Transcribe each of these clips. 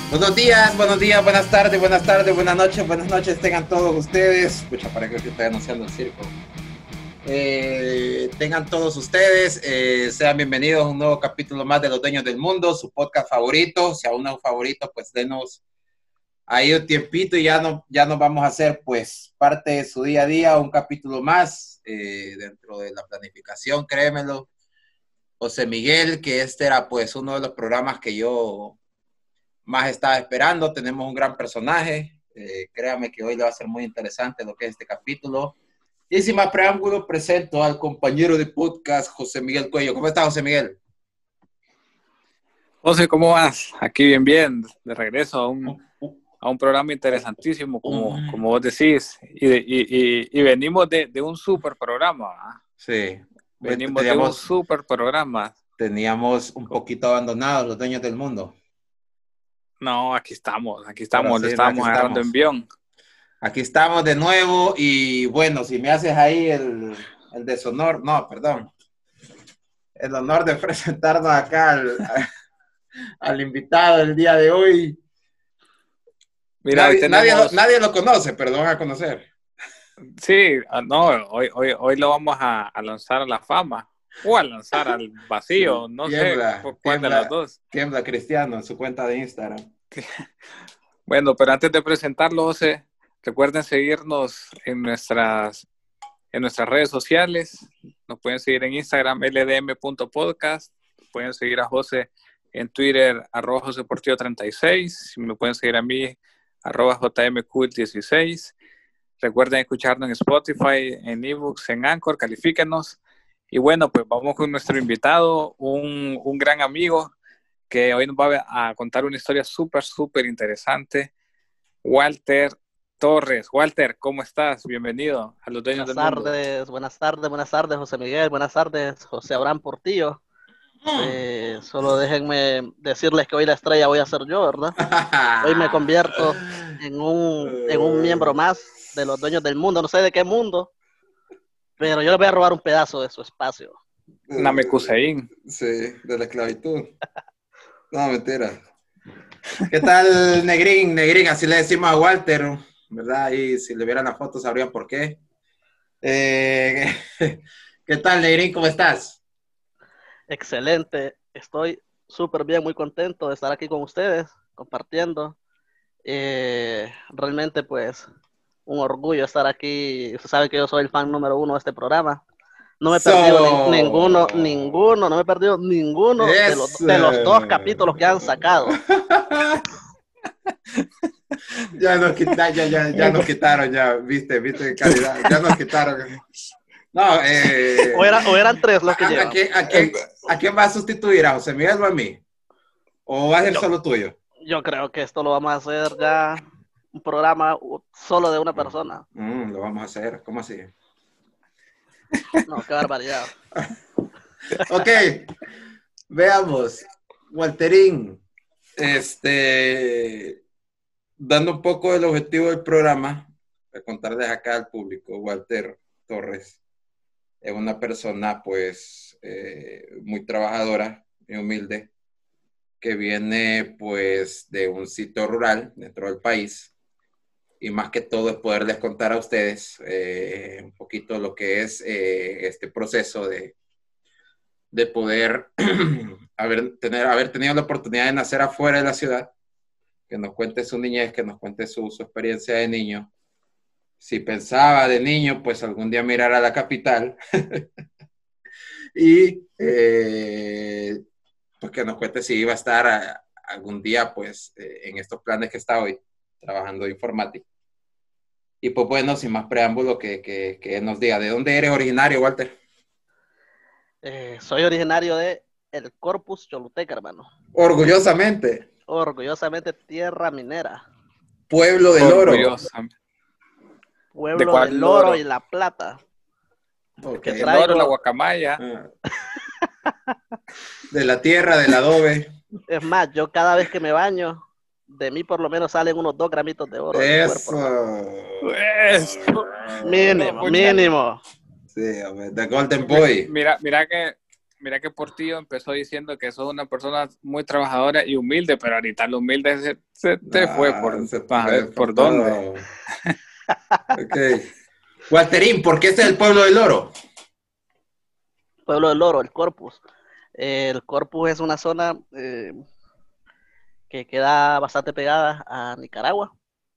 Buenos días, buenas tardes, buenas noches, tengan todos ustedes. Pucha, parece que estoy anunciando el circo. Tengan todos ustedes, sean bienvenidos a un nuevo capítulo más de Los Dueños del Mundo, su podcast favorito. Si aún no es un favorito, pues denos ahí un tiempito y ya nos vamos a hacer pues parte de su día a día, un capítulo más dentro de la planificación, créemelo. José Miguel, que este era pues uno de los programas que yo más estaba esperando. Tenemos un gran personaje, créame que hoy le va a ser muy interesante lo que es este capítulo. Y sin más preámbulo, presento al compañero de podcast, José Miguel Cuello. ¿Cómo está, José Miguel? José, ¿cómo vas? Aquí bien, de regreso a un programa interesantísimo, como vos decís, y venimos de un super programa, ¿verdad? Sí. Venimos de un super programa. Teníamos un poquito abandonados Los Dueños del Mundo. No, aquí estamos, Sí, le estábamos agarrando envión. Aquí estamos de nuevo y bueno, si me haces ahí el deshonor, no, perdón, el honor de presentarnos acá al invitado del día de hoy. Mira, nadie lo conoce, pero lo van a conocer. Sí, no, hoy lo vamos a lanzar a la fama o a lanzar al vacío, sí, no tiembla, sé cuál de los dos. Tiembla Cristiano en su cuenta de Instagram. Bueno, pero antes de presentarlo, José, recuerden seguirnos en nuestras redes sociales. Nos pueden seguir en Instagram, ldm.podcast. Pueden seguir a José en Twitter, @joseportillo36. Me pueden seguir a mí, @jmcool16. Recuerden escucharnos en Spotify, en eBooks, en Anchor, califíquenos. Y bueno, pues vamos con nuestro invitado, un gran amigo que hoy nos va a contar una historia súper interesante. Walter Torres. Walter, ¿cómo estás? Bienvenido a Los Dueños del Mundo. Buenas tardes, José Miguel. Buenas tardes, José Abraham Portillo. Solo déjenme decirles que hoy la estrella voy a ser yo, ¿verdad? Hoy me convierto en un miembro más de Los Dueños del Mundo. No sé de qué mundo, pero yo les voy a robar un pedazo de su espacio. Namekusein. Sí, de la esclavitud. No, mentira. ¿Qué tal, Negrín? Negrín, así le decimos a Walter, ¿verdad? Y si le vieran la foto sabrían por qué. ¿Qué tal, Negrín? ¿Cómo estás? Excelente. Estoy súper bien, muy contento de estar aquí con ustedes, compartiendo. Realmente, pues, un orgullo estar aquí. Usted sabe que yo soy el fan número 1 de este programa. No me he perdido ninguno, no me he perdido ninguno de los 2 capítulos que han sacado. Ya nos quitaron, ya, viste, calidad, ya nos quitaron. No, o eran 3 los que llevan. ¿A quién va a sustituir? ¿A José Miguel o a mí? ¿O va a ser solo tuyo? Yo creo que esto lo vamos a hacer ya un programa solo de una persona. Lo vamos a hacer, ¿cómo así? No, qué barbaridad. Ok, veamos. Walterín, dando un poco del objetivo del programa, para contarles acá al público, Walter Torres es una persona pues muy trabajadora, muy humilde, que viene pues de un sitio rural dentro del país, y más que todo es poderles contar a ustedes un poquito lo que es este proceso de poder haber tenido la oportunidad de nacer afuera de la ciudad, que nos cuente su niñez, que nos cuente su experiencia de niño. Si pensaba de niño, pues algún día mirar a la capital y pues que nos cuente si iba a estar algún día pues en estos planes que está hoy, trabajando de informática. Y pues bueno, sin más preámbulo, que nos diga, ¿de dónde eres originario, Walter? Soy originario de el Corpus Choluteca, hermano. Orgullosamente. Orgullosamente tierra minera. Pueblo del Oro. Pueblo del Oro y La Plata. Okay. El oro, la guacamaya. De la tierra, del adobe. Es más, yo cada vez que me baño, de mí por lo menos salen unos 2 gramitos de oro. Eso. Mínimo. Sí, hombre, The Golden Boy. Mira que mira que Portillo empezó diciendo que sos una persona muy trabajadora y humilde, pero ahorita lo humilde se te fue Se te fue por todo. dónde. Ok. Walterín, ¿por qué este es el pueblo del oro? Pueblo del Oro, el Corpus. El Corpus es una zona que queda bastante pegada a Nicaragua.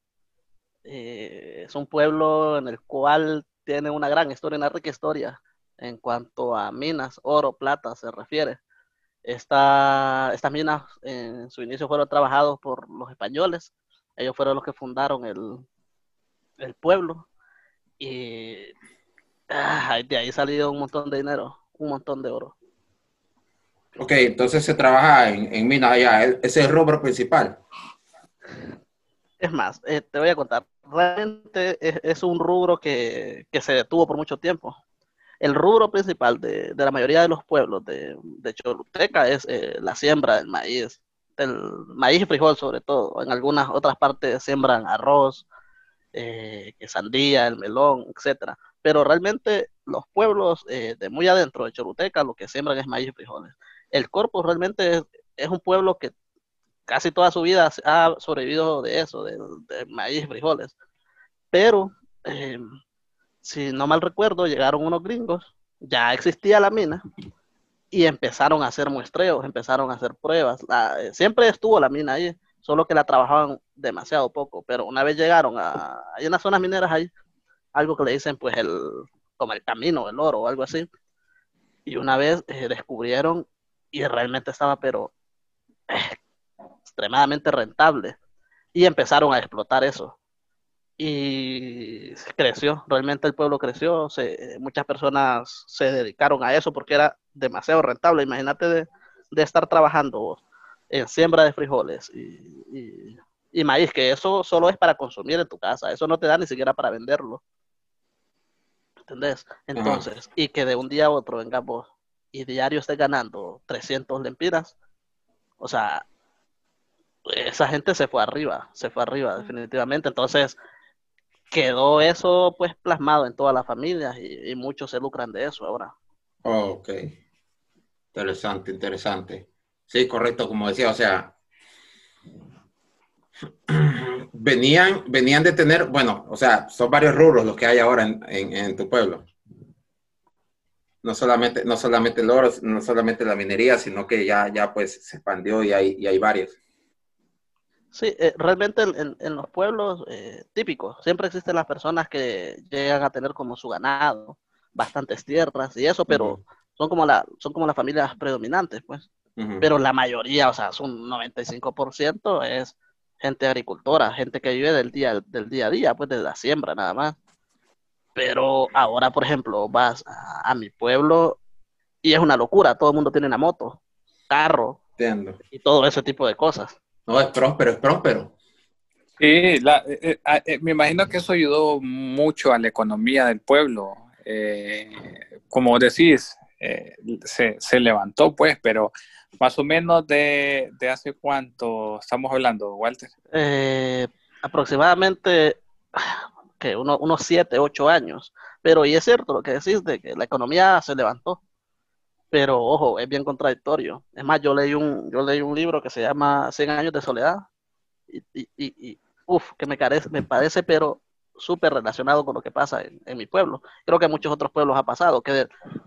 Es un pueblo en el cual tiene una gran historia, una rica historia en cuanto a minas, oro, plata se refiere. Estas minas en su inicio fueron trabajadas por los españoles. Ellos fueron los que fundaron el pueblo y de ahí salió un montón de dinero, un montón de oro. Ok, entonces se trabaja en minas allá. Ese es el rubro principal. Es más, te voy a contar, realmente es un rubro que se detuvo por mucho tiempo. El rubro principal de la mayoría de los pueblos de Choluteca es la siembra del maíz y frijol sobre todo. En algunas otras partes siembran arroz, que sandía, el melón, etcétera. Pero realmente los pueblos de muy adentro de Choluteca lo que siembran es maíz y frijoles. El Corpus realmente es un pueblo que casi toda su vida ha sobrevivido de eso, de maíz y frijoles. Pero, si no mal recuerdo, llegaron unos gringos, ya existía la mina, y empezaron a hacer muestreos, empezaron a hacer pruebas. Siempre estuvo la mina ahí, solo que la trabajaban demasiado poco, pero una vez llegaron hay unas zonas mineras ahí, algo que le dicen pues como el camino del oro o algo así, y una vez descubrieron y realmente estaba pero extremadamente rentable y empezaron a explotar eso. Y creció, realmente el pueblo creció, muchas personas se dedicaron a eso porque era demasiado rentable. Imagínate de estar trabajando en siembra de frijoles y maíz, que eso solo es para consumir en tu casa, eso no te da ni siquiera para venderlo, ¿entendés? Ajá. Entonces, y que de un día a otro vengas vos y diario estés ganando 300 lempiras, o sea, esa gente se fue arriba definitivamente. Entonces, quedó eso pues plasmado en todas las familias y muchos se lucran de eso ahora. Ok. Interesante, interesante. Sí, correcto, como decía, o sea, venían de tener, bueno, o sea, son varios rubros los que hay ahora en tu pueblo. No solamente el oro, no solamente la minería, sino que ya pues se expandió y hay varios. Sí, realmente en los pueblos típicos siempre existen las personas que llegan a tener como su ganado, bastantes tierras y eso, pero Uh-huh. son como las familias predominantes, pues. Uh-huh. Pero la mayoría, o sea, un 95% es gente agricultora, gente que vive del día a día, pues de la siembra nada más. Pero ahora, por ejemplo, vas a mi pueblo y es una locura, todo el mundo tiene una moto, carro Entiendo. y todo ese tipo de cosas. No, es próspero, es próspero. Sí, me imagino que eso ayudó mucho a la economía del pueblo. Como decís, se levantó, pues, pero más o menos de hace cuánto estamos hablando, Walter. Aproximadamente que unos 7, 8 años. Pero y es cierto lo que decís de que la economía se levantó, pero ojo, es bien contradictorio. Es más, yo leí un libro que se llama 100 años de soledad y que me parece, pero súper relacionado con lo que pasa en mi pueblo. Creo que en muchos otros pueblos ha pasado, que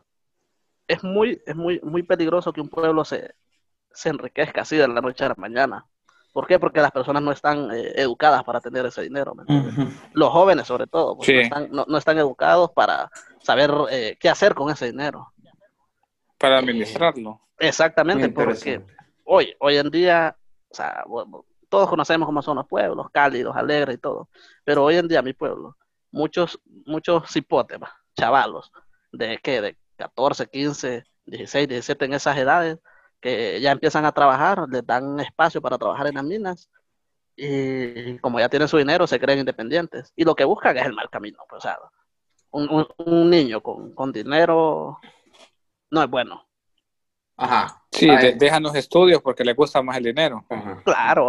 es muy peligroso que un pueblo se enriquezca así de la noche a la mañana. ¿Por qué? Porque las personas no están educadas para tener ese dinero, ¿me entiendes? Uh-huh. Los jóvenes sobre todo, pues Sí, no están educados para saber qué hacer con ese dinero. para Eh, administrarlo. Muy exactamente, porque interesante. hoy en día, o sea, todos conocemos cómo son los pueblos, cálidos, alegres y todo, pero hoy en día mi pueblo, muchos cipotes, chavalos, de 14, 15, 16, 17 en esas edades, que ya empiezan a trabajar, les dan espacio para trabajar en las minas, y como ya tienen su dinero, se creen independientes, y lo que buscan es el mal camino, pues, o sea, un niño con dinero no es bueno. Ajá. Sí, dejan los estudios porque les gusta más el dinero. Ajá. Claro,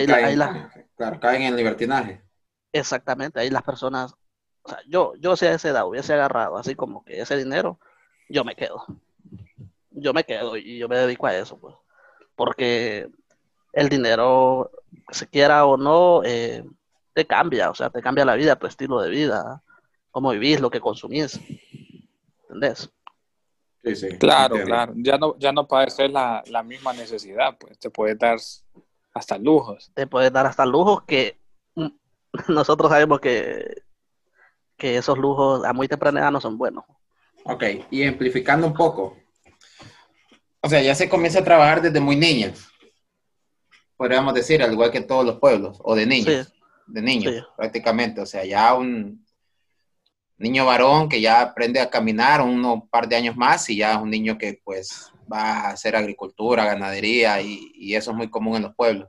Caen en libertinaje. exactamente, ahí las personas, o sea, yo si a esa edad hubiese agarrado así como que ese dinero, yo me quedo. yo me quedo y yo me dedico a eso, pues, porque el dinero, se quiera o no, te cambia, o sea, te cambia la vida, tu estilo de vida, cómo vivís, lo que consumís, ¿entendés? Sí, sí, Claro, entiendo. claro. Ya no puede ser la misma necesidad, pues te puedes dar hasta lujos. Te puedes dar hasta lujos que nosotros sabemos que esos lujos a muy temprana edad no son buenos. Ok, y amplificando un poco. O sea, ya se comienza a trabajar desde muy niños, podríamos decir, al igual que en todos los pueblos, o Sí, de sí. niños, prácticamente. O sea, ya un niño varón que ya aprende a caminar un par de años más y ya es un niño que pues va a hacer agricultura, ganadería y eso es muy común en los pueblos.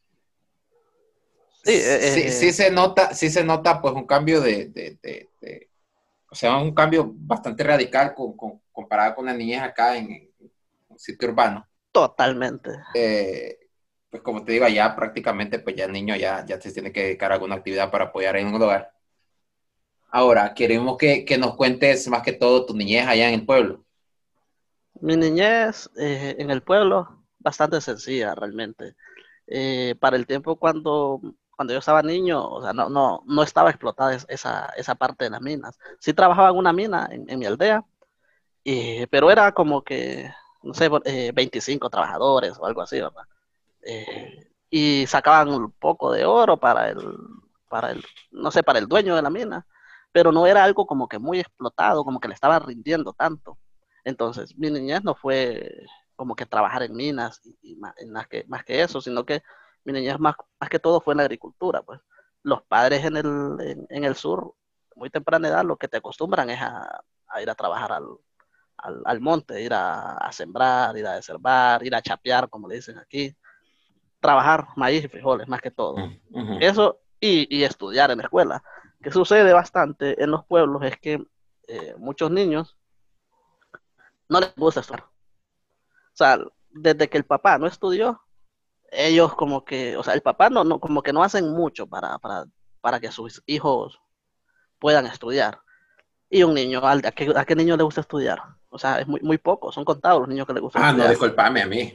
Sí, Sí se nota pues un cambio o sea, un cambio bastante radical comparado con la niñez acá en un sitio urbano. totalmente. Pues como te digo, ya prácticamente pues ya el niño ya se tiene que dedicar a alguna actividad para apoyar en un hogar. Ahora, queremos que nos cuentes más que todo tu niñez allá en el pueblo. Mi niñez en el pueblo, bastante sencilla realmente. Para el tiempo cuando yo estaba niño, o sea, no estaba explotada esa parte de las minas. Sí trabajaba en una mina en mi aldea, pero era como que, no sé, 25 trabajadores o algo así, ¿verdad? Y sacaban un poco de oro no sé, para el dueño de la mina, pero no era algo como que muy explotado, como que le estaba rindiendo tanto. Entonces, mi niñez no fue como que trabajar en minas más que eso, sino que mi niñez más que todo fue en la agricultura, pues. Los padres en el sur, muy temprana edad, lo que te acostumbran es a ir a trabajar al monte, ir a sembrar, ir a deservar, ir a chapear, como le dicen aquí, trabajar maíz y frijoles, más que todo. Uh-huh. Eso y estudiar en la escuela. Que sucede bastante en los pueblos es que muchos niños no les gusta estudiar. O sea, desde que el papá no estudió, ellos como que, o sea, el papá como que no hacen mucho para que sus hijos puedan estudiar. Y un niño, ¿a qué niño le gusta estudiar? O sea, es muy poco, son contados los niños que les gusta Ah, no, estudiar. disculpame a mí.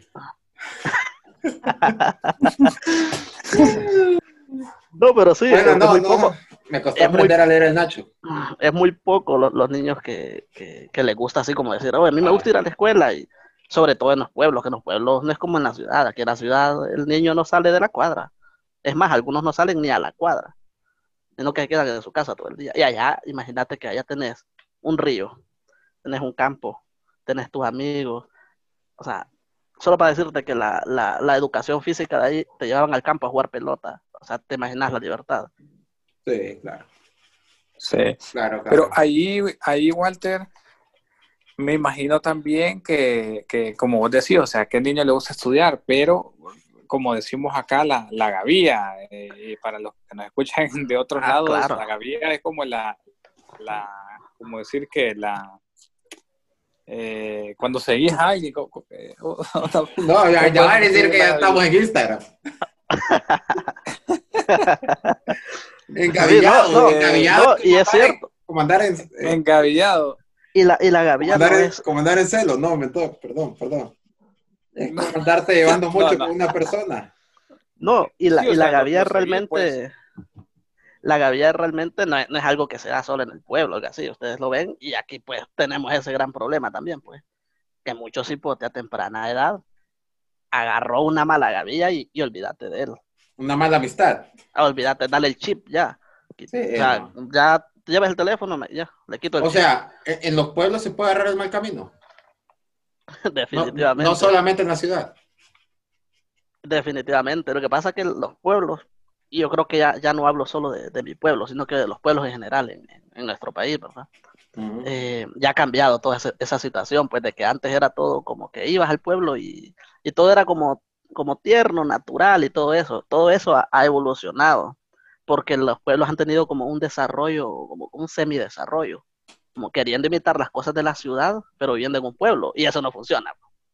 No, pero sí, Bueno, es no, muy no, poco. me costó Es muy aprender a leer el Nacho. es muy poco los niños que les gusta así como decir, oh, a mí me gusta ir a la escuela y sobre todo en los pueblos, que en los pueblos no es como en la ciudad, aquí en la ciudad el niño no sale de la cuadra. Es más, algunos no salen ni a la cuadra, sino que se quedan en su casa todo el día. Y allá, imagínate que allá tenés un río, tenés un campo, tenés tus amigos, o sea, solo para decirte que la educación física de ahí te llevaban al campo a jugar pelota, o sea, te imaginas la libertad. Sí, claro. Sí. Claro, Pero claro. ahí, Walter, me imagino también que, como vos decís, o sea, que al niño le gusta estudiar, pero como decimos acá, la gavía, para los que nos escuchan de otros Ah, lados, claro. la gavía es como como decir que cuando seguís a alguien, No, ya ¿cómo va es a decir describir que la ya gavilla? estamos en Instagram. Sí, no, Engavillado, no, engavillado no, es y es cierto. como andar Engavillado. Y la gavilla no es, como andar en celo. No, perdón. Es como andarte llevando No, mucho no. con una persona. no, y la, Sí, o y la sea, gavilla lo seguís, pues. realmente no es algo que se da solo en el pueblo, que así, ustedes lo ven, y aquí pues tenemos ese gran problema también, pues, que muchos hipotes a temprana edad agarró una mala gavilla y olvídate de él. Una mala amistad. Olvídate, dale el chip ya. Sí, O sea, no. ya te llevas el teléfono, ya, le quito el O chip. sea, en los pueblos se puede agarrar el mal camino. No Definitivamente. solamente en la ciudad. Definitivamente. Lo que pasa es que los pueblos, y yo creo que ya no hablo solo de mi pueblo, sino que de los pueblos en general en nuestro país, ¿verdad? Uh-huh. Ya ha cambiado toda esa situación, pues de que antes era todo como que ibas al pueblo y todo era como tierno, natural y todo eso. Todo eso ha evolucionado, porque los pueblos han tenido como un desarrollo, como un semidesarrollo, como queriendo imitar las cosas de la ciudad, pero viviendo en un pueblo, y eso no funciona.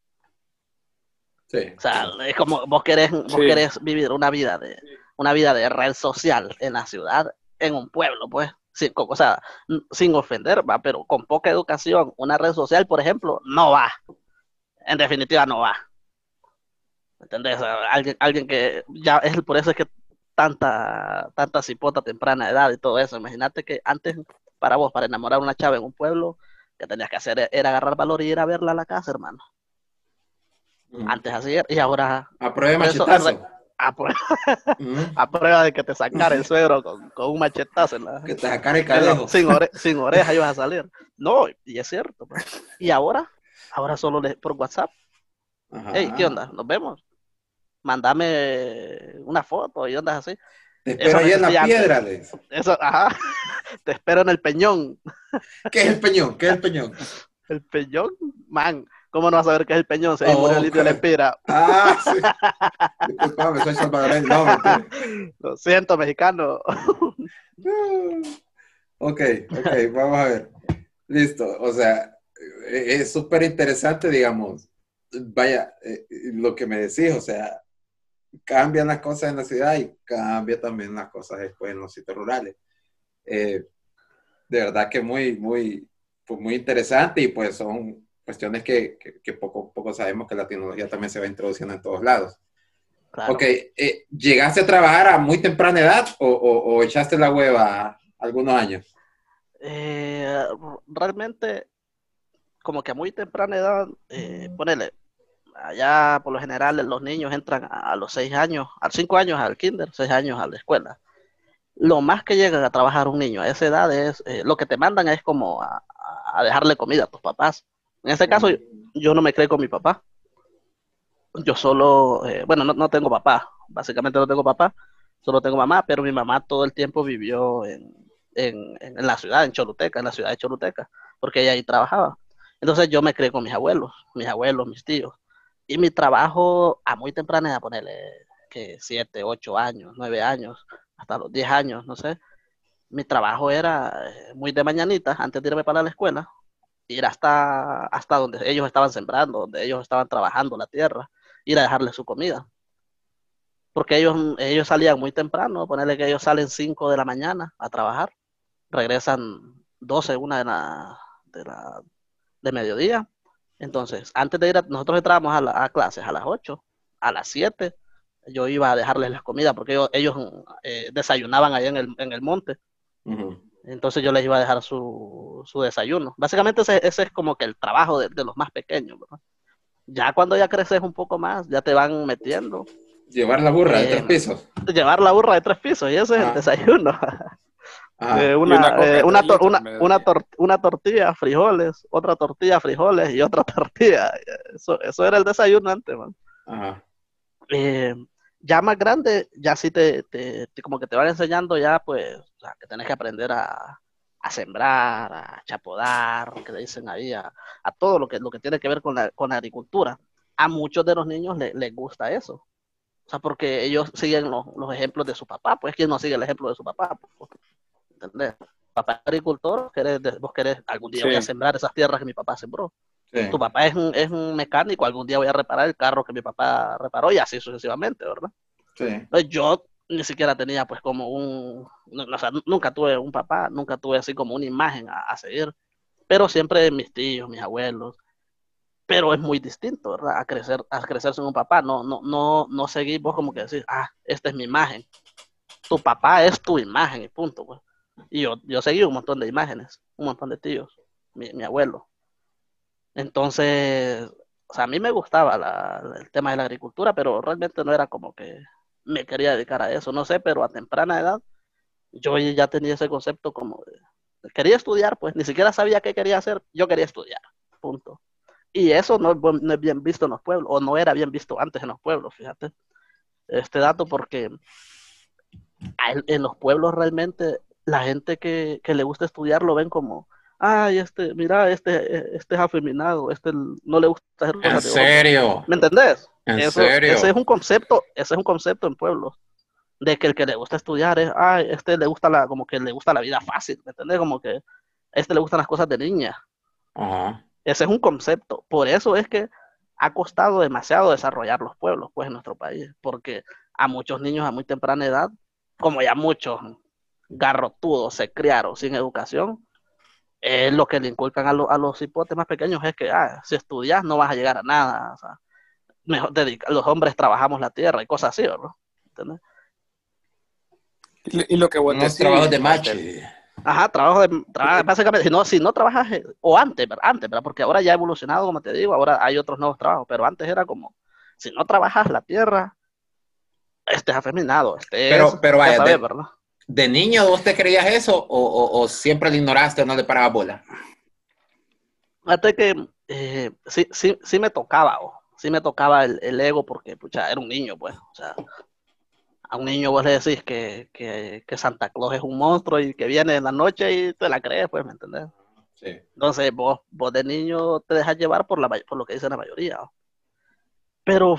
Sí, O sea, sí. es como vos Sí, querés vivir una vida de red social en la ciudad, en un pueblo, pues. O sea, sin ofender, va, pero con poca educación, una red social, por ejemplo, no va. en definitiva no va. ¿Entendés? Alguien que ya es por eso es que tanta cipota temprana edad y todo eso. Imagínate que antes, para vos, para enamorar a una chava en un pueblo, que tenías que hacer era agarrar valor y ir a verla a la casa, hermano. Antes así era, y ahora... A prueba de machetazo. A prueba de que te sacara el suegro con un machetazo. Que te sacara el calejo. Sin oreja ibas a salir. No, y es cierto. Pues. Y ahora solo por WhatsApp. Hey, ¿qué onda? Nos vemos. Mándame una foto y ondas así. Te espero ahí en la piedra, Les. Eso, ajá. Te espero en el Peñón. ¿Qué es el Peñón? ¿Qué es el Peñón? El Peñón, man. ¿Cómo no vas a saber qué es el Peñón? Se murió el indio Lempira. Ah, sí. Disculpame, soy salvadoreño. No, mentira. Lo siento, mexicano. Ok, vamos a ver. Listo, o sea, es súper interesante, digamos. Vaya, lo que me decís, o sea, cambian las cosas en la ciudad y cambia también las cosas después en los sitios rurales. De verdad que muy interesante y pues son cuestiones que poco a poco sabemos que la tecnología también se va introduciendo en todos lados. Claro. Ok, ¿llegaste a trabajar a muy temprana edad o echaste la hueva algunos años? Realmente, como que a muy temprana edad, ponele, allá por lo general los niños entran a los 6 años, a 5 años al kinder, 6 años a la escuela. Lo más que llega a trabajar un niño a esa edad es, lo que te mandan es como a dejarle comida a tus papás. En ese caso, yo no me crié con mi papá. Yo solo, bueno, no tengo papá, básicamente no tengo papá, solo tengo mamá, pero mi mamá todo el tiempo vivió en la ciudad, en Choluteca, en la ciudad de Choluteca, porque ella ahí trabajaba. Entonces yo me crié con mis abuelos, mis tíos. Y mi trabajo a muy temprana edad, ponerle que 7, 8 años, 9 años, hasta los 10 años, no sé. Mi trabajo era muy de mañanita, antes de irme para la escuela, ir hasta donde ellos estaban sembrando, donde ellos estaban trabajando la tierra, ir a dejarles su comida. Porque ellos salían muy temprano, ponerle que ellos salen 5 de la mañana a trabajar, regresan 12, 1 de mediodía. Entonces, antes de ir, nosotros entrábamos a clases a las 8, a las 7, yo iba a dejarles las comidas, porque ellos desayunaban allá en el monte. Entonces yo les iba a dejar su desayuno. Básicamente ese es como que el trabajo de los más pequeños, ¿verdad? Ya cuando ya creces un poco más, ya te van metiendo. Llevar la burra de 3 pisos. Llevar la burra de 3 pisos, y ese es el desayuno. Una tortilla, frijoles, otra tortilla, frijoles y otra tortilla. Eso era el desayuno antes, man. Ya más grande, ya sí como que te van enseñando ya, pues, o sea, que tenés que aprender a sembrar, a chapodar, que le dicen ahí, a todo lo que tiene que ver con la agricultura. A muchos de los niños les gusta eso. O sea, porque ellos siguen los ejemplos de su papá, pues, ¿quién no sigue el ejemplo de su papá? ¿Entendés? Papá es agricultor, vos querés, algún día voy a sembrar esas tierras que mi papá sembró. Sí. Tu papá es un mecánico, algún día voy a reparar el carro que mi papá reparó y así sucesivamente, ¿verdad? Sí. Entonces yo ni siquiera tenía pues como o sea, nunca tuve un papá, nunca tuve así como una imagen a seguir, pero siempre mis tíos, mis abuelos, pero es muy distinto, ¿verdad? A crecer sin un papá, no seguir vos como que decir, esta es mi imagen. Tu papá es tu imagen y punto, pues. Y yo seguí un montón de imágenes, un montón de tíos, mi abuelo. Entonces, o sea, a mí me gustaba el tema de la agricultura, pero realmente no era como que me quería dedicar a eso, no sé, pero a temprana edad yo ya tenía ese concepto como quería estudiar, pues ni siquiera sabía qué quería hacer, yo quería estudiar, punto. Y eso no es bien visto en los pueblos, o no era bien visto antes en los pueblos, fíjate, este dato, porque en los pueblos realmente la gente que le gusta estudiar lo ven como, mira, este es afeminado, no le gusta hacer cosas de hombre. ¿En serio? ¿Me entendés? ¿En serio? Ese es un concepto en pueblos, de que el que le gusta estudiar es, le gusta como que le gusta la vida fácil, ¿me entendés? Como que le gustan las cosas de niña. Ajá. Ese es un concepto. Por eso es que ha costado demasiado desarrollar los pueblos, pues, en nuestro país, porque a muchos niños a muy temprana edad, como ya muchos garrotudos se criaron sin educación, Lo que le inculcan a los hipotes más pequeños es que si estudias no vas a llegar a nada, o sea, mejor los hombres trabajamos la tierra y cosas así, ¿no? ¿Entendés? Y lo que vos Unos decís, trabajos de mache. Ajá, básicamente, si no trabajas, o antes, ¿verdad? Porque ahora ya ha evolucionado, como te digo, ahora hay otros nuevos trabajos, pero antes era como, si no trabajas la tierra, estés afeminado, Pero ya vaya, sabes, ¿verdad? ¿de niño vos te creías eso o siempre lo ignoraste o no le parabas bola? Fíjate que sí me tocaba, sí me tocaba el ego porque, pucha, era un niño, pues, o sea, a un niño vos le decís que Santa Claus es un monstruo y que viene en la noche y te la crees, pues, ¿me entendés? Sí. Entonces vos de niño te dejas llevar por lo que dice la mayoría, ¿no? Pero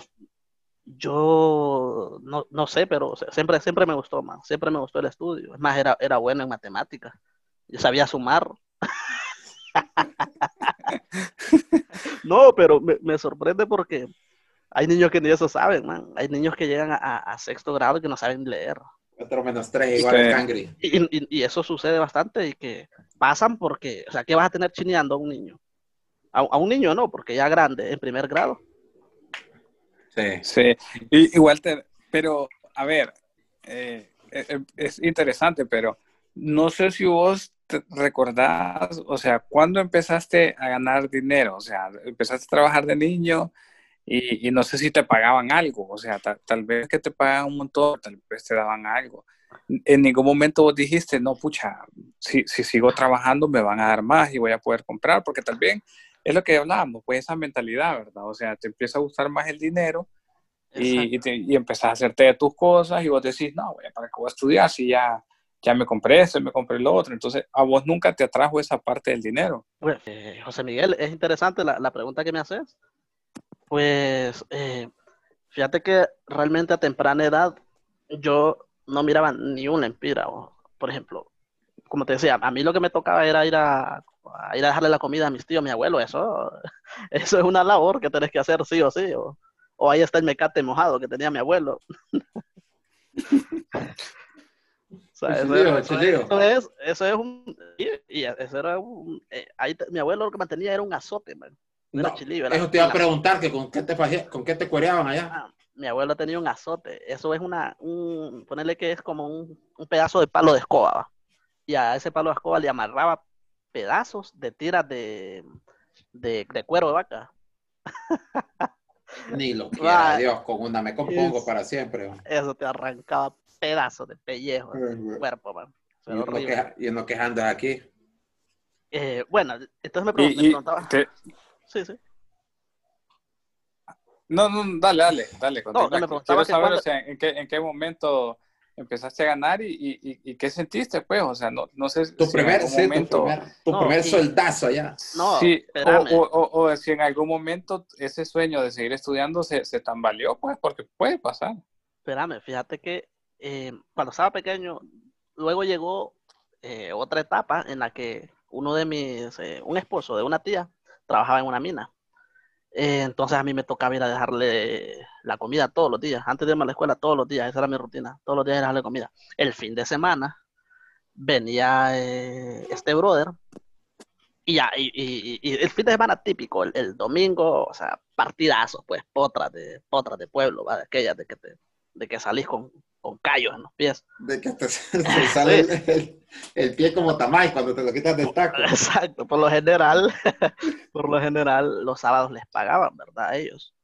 yo no sé, pero o sea, siempre me gustó, man, siempre me gustó el estudio, es más, era bueno en matemáticas, yo sabía sumar. No, pero me sorprende porque hay niños que ni eso saben, man. Hay niños que llegan a sexto grado y que no saben leer. 4 - 3 Y, igual al cangri. y eso sucede bastante y que pasan porque, o sea, ¿qué vas a tener chineando a un niño? A un niño no, porque ya grande, en primer grado. Sí. Sí, igual pero a ver, es interesante, pero no sé si vos te recordás, o sea, ¿cuándo empezaste a ganar dinero? O sea, empezaste a trabajar de niño y no sé si te pagaban algo, o sea, tal vez que te pagaban un montón, tal vez te daban algo. En ningún momento vos dijiste, no, pucha, si sigo trabajando me van a dar más y voy a poder comprar, porque también es lo que hablábamos, pues esa mentalidad, ¿verdad? O sea, te empieza a gustar más el dinero y empezás a hacerte de tus cosas y vos decís, no, güey, ¿para qué voy a estudiar si ya me compré esto y me compré lo otro? Entonces, a vos nunca te atrajo esa parte del dinero. Pues, José Miguel, es interesante la pregunta que me haces. Pues, fíjate que realmente a temprana edad yo no miraba ni una empira. Por ejemplo, como te decía, a mí lo que me tocaba era ir a dejarle la comida a mis tíos, a mi abuelo. Eso es una labor que tenés que hacer sí o sí. O ahí está el mecate mojado que tenía mi abuelo. O sea, eso es un... Y eso era mi abuelo lo que mantenía era un azote, man. No era No, chilillo, era eso te iba un a azote. preguntar, que con qué te cuereaban allá. Mi abuelo tenía un azote. Eso es ponerle que es como un pedazo de palo de escoba, ¿va? Y a ese palo de escoba le amarraba pedazos de tiras de cuero de vaca. Ni lo quiera Va, Dios, con una me compongo para siempre. eso te arrancaba pedazos de pellejo del cuerpo, man. Eso era horrible. Y uno quejando aquí. Bueno, entonces me Y preguntaba. Sí, sí. no, dale, No, que continúa. me preguntaba Quiero que saber, o cuándo. sea, en qué momento empezaste a ganar y qué sentiste, pues, o sea, no sé si en algún Sí, momento, tu No, primer soldazo allá. no, sí, espérame. o si en algún momento ese sueño de seguir estudiando se tambaleó, pues, porque puede pasar. Espérame, fíjate que cuando estaba pequeño, luego llegó otra etapa en la que un esposo de una tía, trabajaba en una mina. Entonces a mí me tocaba ir a dejarle la comida todos los días, antes de irme a la escuela todos los días, esa era mi rutina, todos los días dejarle comida. El fin de semana venía este brother y el fin de semana típico, el domingo, o sea, partidazos, pues, potras de pueblo, ¿va? De aquellas de que salís con callos en los pies. De que te sale Sí, el pie como tamay cuando te lo quitas del taco. exacto, por lo general, los sábados les pagaban, ¿verdad? A ellos.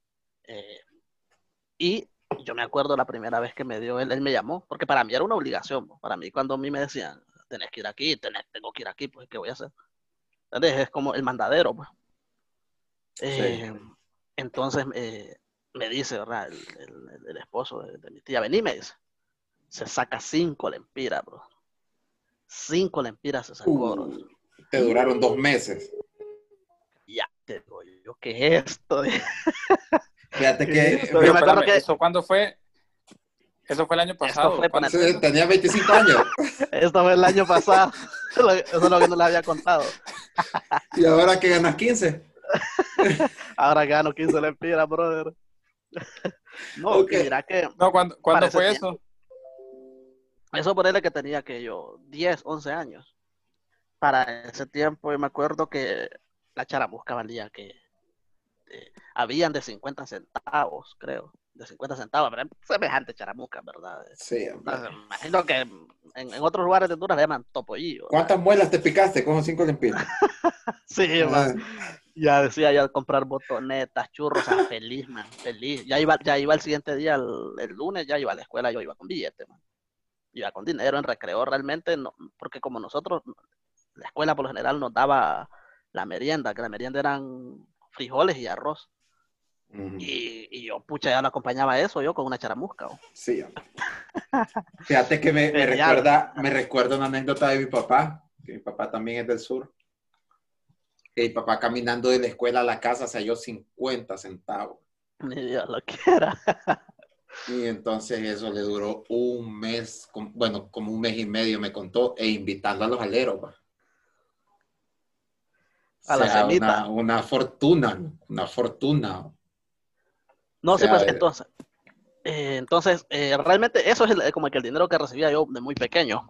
Y yo me acuerdo la primera vez que me dio él me llamó, porque para mí era una obligación, pues. Para mí cuando a mí me decían, tenés que ir aquí, tengo que ir aquí, pues, ¿qué voy a hacer? ¿Entendés? Es como el mandadero, pues. Sí. Eh, entonces me dice, ¿verdad? El esposo de mi tía, vení, me dice, se saca 5 lempiras, bro. 5 lempiras se sacó, bro. Te duraron 2 meses. Ya, te digo yo, ¿qué es esto? Fíjate ¿Qué es que esto? Yo Pero me acuerdo espérame, que ¿eso cuándo fue? ¿Eso fue el año esto pasado? fue, ¿Cuándo sí, fue eso? tenía 25 años. esto fue el año pasado. Eso es lo que no le había contado. Y ahora que ganas 15. Ahora gano 15 lempiras, brother. No, Ok. y mira que No, para ¿cuándo ese fue tiempo, eso? eso por él que tenía que yo 10, 11 años. para ese tiempo yo me acuerdo que la charamusca valía que habían de 50 centavos, creo, de 50 centavos, pero semejante charamusca, ¿verdad? Sí, No, hombre. me imagino que en otros lugares de Honduras le llaman topollillo, ¿verdad? ¿Cuántas muelas te picaste con 5 lempiras? Sí, man. Ah, Ya decía ya comprar botonetas, churros, o sea, feliz, man, feliz. Ya iba el siguiente día, el lunes, ya iba a la escuela, yo iba con billete, man. Iba con dinero en recreo realmente, no, porque como nosotros, la escuela por lo general nos daba la merienda, que la merienda eran frijoles y arroz. Y yo, pucha, ya lo acompañaba eso yo con una charamusca. ¿O? sí, hombre. Fíjate que Genial. me recuerda una anécdota de mi papá, que mi papá también es del sur, que mi papá caminando de la escuela a la casa se halló 50 centavos. Ni Dios lo quiera. Y entonces eso le duró un mes, bueno, como un mes y medio me contó, e invitando a los aleros, va. O A la sea, cenita. una fortuna, ¿no? Una fortuna. O No, sí, sea, pues entonces, realmente eso es como que el dinero que recibía yo de muy pequeño.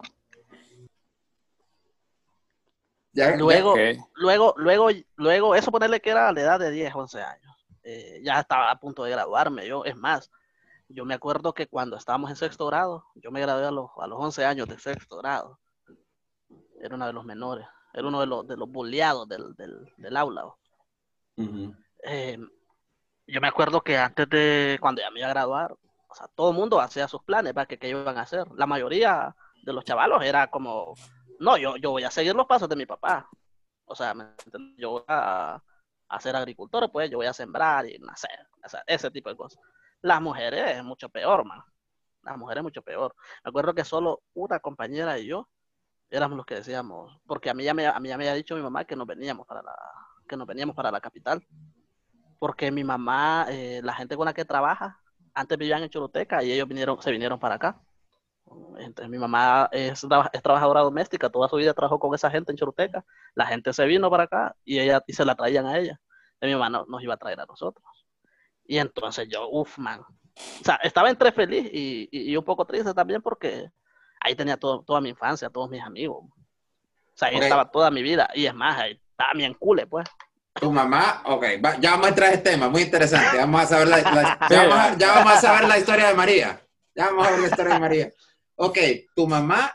ya, Luego, Ok. luego, eso ponerle que era a la edad de 10, 11 años. Ya estaba a punto de graduarme yo. Es más, yo me acuerdo que cuando estábamos en sexto grado, yo me gradué a los 11 años de sexto grado. Era uno de los menores. Era uno de los bulleados del aula. Eh, yo me acuerdo que antes de, cuando ya me iba a graduar, o sea, todo el mundo hacía sus planes para que qué iban a hacer. La mayoría de los chavalos era como, no, yo voy a seguir los pasos de mi papá. O sea, yo voy a ser agricultor, pues yo voy a sembrar y nacer, o sea, ese tipo de cosas. Las mujeres es mucho peor, man. Las mujeres es mucho peor. Me acuerdo que solo una compañera y yo éramos los que decíamos, porque a mí ya me había dicho mi mamá que nos veníamos para la capital, porque mi mamá, la gente con la que trabaja, antes vivían en Choluteca y ellos se vinieron para acá. Entonces mi mamá es trabajadora doméstica, toda su vida trabajó con esa gente en Choluteca. La gente se vino para acá y se la traían a ella. Y mi mamá nos iba a traer a nosotros. Y entonces yo, uff, man. O sea, estaba entre feliz y un poco triste también porque ahí tenía toda mi infancia, todos mis amigos. O sea, ahí ok, estaba toda mi vida. Y es más, ahí estaba mi encule, pues. tu mamá, ok, ya vamos a entrar a este tema, muy interesante. Vamos a saber Sí, ya vamos a saber la historia de María. Ya vamos a ver la historia de María. Ok, tu mamá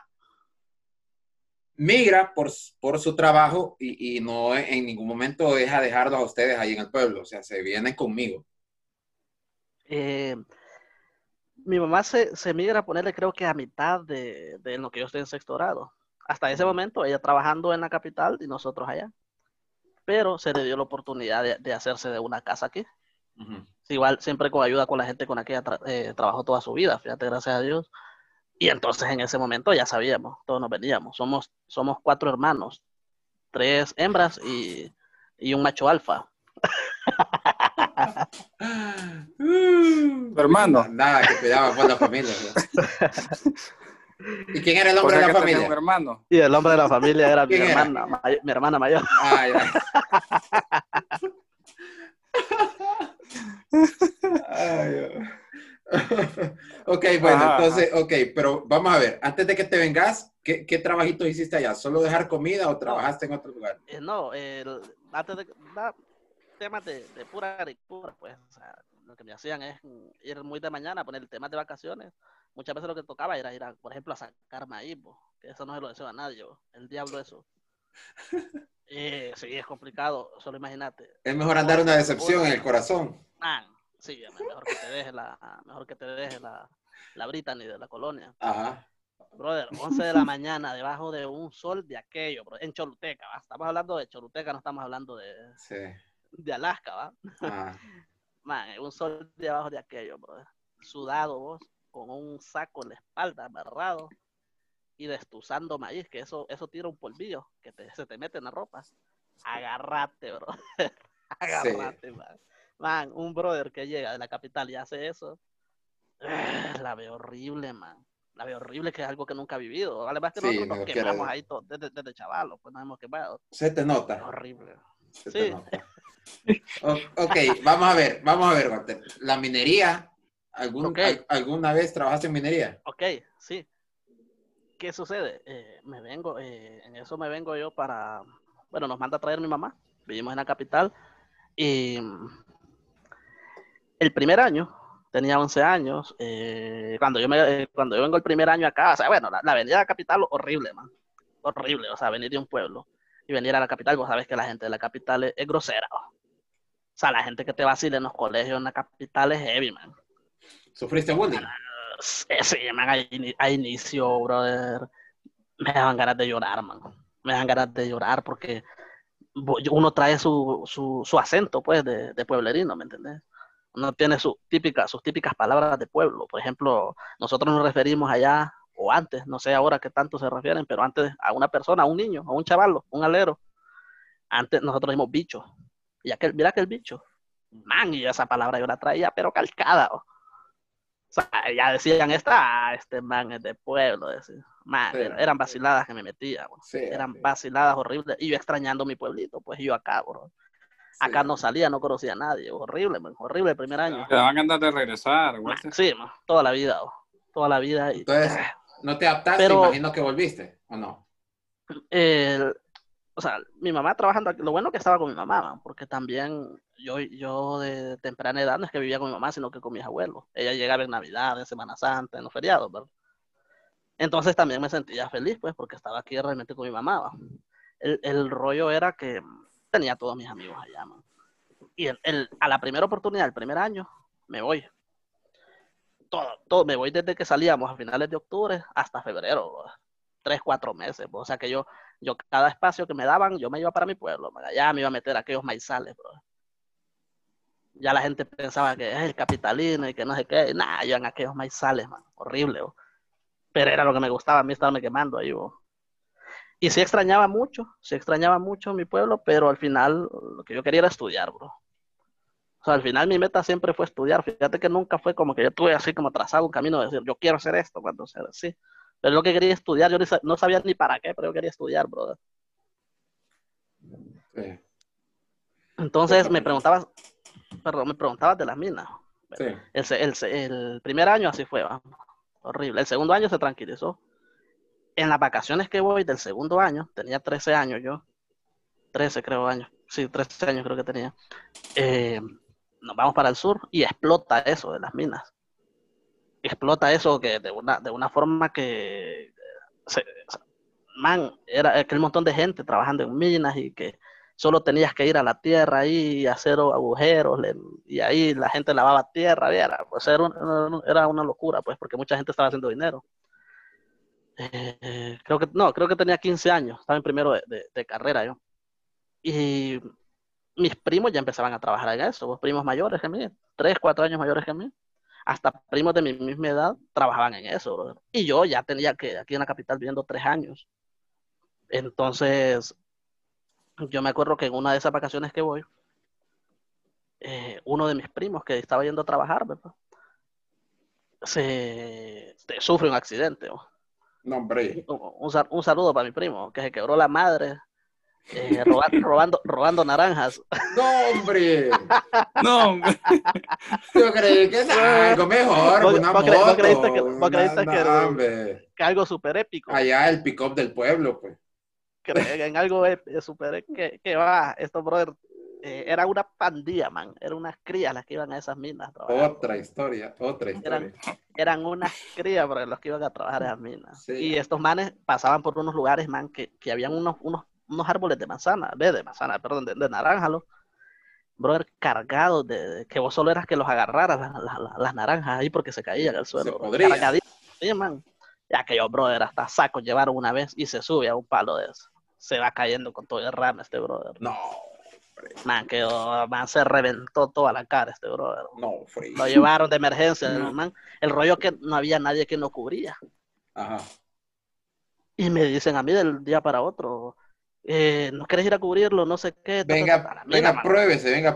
migra por su trabajo y no en ningún momento deja dejarlos a ustedes ahí en el pueblo, o sea, se vienen conmigo. Eh, Mi mamá se migra a ponerle creo que a mitad de lo que yo estoy en sexto grado. Hasta ese momento ella trabajando en la capital y nosotros allá. Pero se le dio la oportunidad de hacerse de una casa aquí. Igual siempre con ayuda con la gente con la que ella trabajó toda su vida, fíjate, gracias a Dios. Y entonces en ese momento ya sabíamos, todos nos veníamos. Somos 4 hermanos, 3 hembras y un macho alfa. tu hermano. Nada, que te llama por la familia. ¿Y quién era el O hombre de sea la que tenés un familia? Y el hombre de la familia era mi ¿Quién era? hermana, mi hermana mayor. Ah, ya. Ay, ok, bueno, Ajá, entonces, ajá. ok, pero vamos a ver, antes de que te vengas, ¿qué trabajitos hiciste allá? ¿Solo dejar comida o No, trabajaste en otro lugar? no, antes de temas de pura agricultura, pues, o sea, lo que me hacían es ir muy de mañana a poner temas de vacaciones. Muchas veces lo que tocaba era ir, por ejemplo, a sacar maíz, bo, que eso no se lo deseo a nadie, bo, el diablo eso. Sí, es complicado, solo imagínate. Es mejor andar Once, una decepción en el once, corazón. man, sí, mejor que te deje la Brittany de la colonia. Ajá. Brother, 11 de la mañana debajo de un sol de aquello, bro, en Choluteca, ¿va? Estamos hablando de Choluteca, no estamos hablando Sí. de Alaska, ¿va? Ah, Man, un sol debajo de aquello, brother. Sudado vos, con un saco en la espalda, amarrado y destuzando maíz, que eso tira un polvillo que se te mete en la ropa. Agarrate, bro. sí. Agarrate, man. Man, un brother que llega de la capital y hace eso, la veo horrible, man. La veo horrible, que es algo que nunca he vivido. Vale, más que Sí, nosotros nos no quemamos quiere. ahí desde chavalos, pues nos hemos quemado. Se te Es nota. horrible. Se te Sí, nota. Ok, vamos a ver, Walter. La minería, ok, ¿alguna vez trabajaste en minería? ok, sí. ¿Qué sucede? En eso me vengo yo para, bueno, nos manda a traer mi mamá, vivimos en la capital, y el primer año, tenía 11 años, cuando yo vengo el primer año acá, o sea, bueno, la avenida de la capital, horrible, man, horrible, o sea, venir de un pueblo y venir a la capital, vos sabés que la gente de la capital es grosera, o sea, la gente que te vacila en los colegios en la capital es heavy, man. ¿Sufriste bullying? Sí, man, a inicio, brother, me daban ganas de llorar, man. Me dan ganas de llorar porque uno trae su acento, pues, de pueblerino, ¿me entendés? Uno tiene sus típicas palabras de pueblo. Por ejemplo, nosotros nos referimos allá, o antes, no sé ahora qué tanto se refieren, pero antes a una persona, a un niño, a un chavalo, un alero, antes nosotros decimos bicho. Y mira que el bicho, man, y esa palabra yo la traía, pero calcada. O sea, ya decían, este man es de pueblo. Man, Sí. eran vaciladas que me metía, bro. Sí, Eran sí. vaciladas horribles. Y yo extrañando mi pueblito, pues yo acá, bro. Sí. Acá no salía, no conocía a nadie. Horrible, man. Horrible el primer año. Te daban ganas de regresar, Man, Walter. sí, man. Toda la vida, bro. Toda la vida. Entonces, ¿no te adaptaste? Pero, Imagino que volviste, ¿o no? o sea, mi mamá trabajando aquí, lo bueno que estaba con mi mamá, man, porque también yo de temprana edad no es que vivía con mi mamá, sino que con mis abuelos. Ella llegaba en Navidad, en Semana Santa, en los feriados, ¿verdad? Entonces también me sentía feliz, pues, porque estaba aquí realmente con mi mamá, ¿va? El rollo era que tenía todos mis amigos allá, man. Y a la primera oportunidad, el primer año, me voy. Me voy desde que salíamos a finales de octubre hasta febrero, bro. 3, 4 meses, bro. O sea que yo cada espacio que me daban, yo me iba para mi pueblo, man. Allá me iba a meter a aquellos maizales, bro. Ya la gente pensaba que es el capitalino y que no sé qué. Nah, yo en aquellos maizales, man. Horrible, bro. Pero era lo que me gustaba a mí estarme quemando ahí, bro. Y sí extrañaba mucho mi pueblo, pero al final lo que yo quería era estudiar, bro. O sea, al final mi meta siempre fue estudiar. Fíjate que nunca fue como que yo tuve así como trazado un camino de decir, yo quiero hacer esto cuando sea así. Pero lo que quería estudiar, yo no sabía ni para qué, pero yo quería estudiar, brother. Sí. Entonces me preguntabas de las minas. Sí. El primer año así fue, ¿va? Horrible. El segundo año se tranquilizó. En las vacaciones que voy del segundo año, tenía 13 años yo, 13 creo años, sí, 13 años creo que tenía. Nos vamos para el sur y explota eso de las minas. Explota eso que de una forma que, man, era aquel montón de gente trabajando en minas y que solo tenías que ir a la tierra ahí y hacer agujeros y ahí la gente lavaba tierra, pues era una locura, pues, porque mucha gente estaba haciendo dinero. Creo que tenía 15 años, estaba en primero de carrera yo. Y mis primos ya empezaban a trabajar en eso, pues, primos mayores que mí, 3, 4 años mayores que mí, hasta primos de mi misma edad trabajaban en eso, brother. Y yo ya tenía que, aquí en la capital viviendo 3 años. Entonces, yo me acuerdo que en una de esas vacaciones que voy, uno de mis primos que estaba yendo a trabajar, ¿verdad? Sufre un accidente. ¿No? No, hombre. Un saludo para mi primo, que se quebró la madre robando naranjas. No, hombre. No, hombre. Yo creí que era algo mejor, una moto. ¿Vos creíste que algo súper épico? Allá el pick-up del pueblo, pues. En algo súper que va, estos brother, era una pandilla, man, eran unas crías las que iban a esas minas. Otra historia. Eran unas crías, bro, los que iban a trabajar en las minas. Sí. Y estos manes pasaban por unos lugares, man, que habían unos árboles de naranja, brother, cargados que vos solo eras que los agarraras las naranjas ahí porque se caían al suelo. Se podría. Sí, man. Ya que yo, brother, hasta sacos llevaron una vez y se sube a un palo de eso. Se va cayendo con todo el ramo este brother. No. Man, se reventó toda la cara este brother. No, frío. Lo llevaron de emergencia, man. El rollo que no había nadie que nos cubría. Ajá. Y me dicen a mí del día para otro, ¿no querés ir a cubrirlo? No sé qué. Venga, pruébese.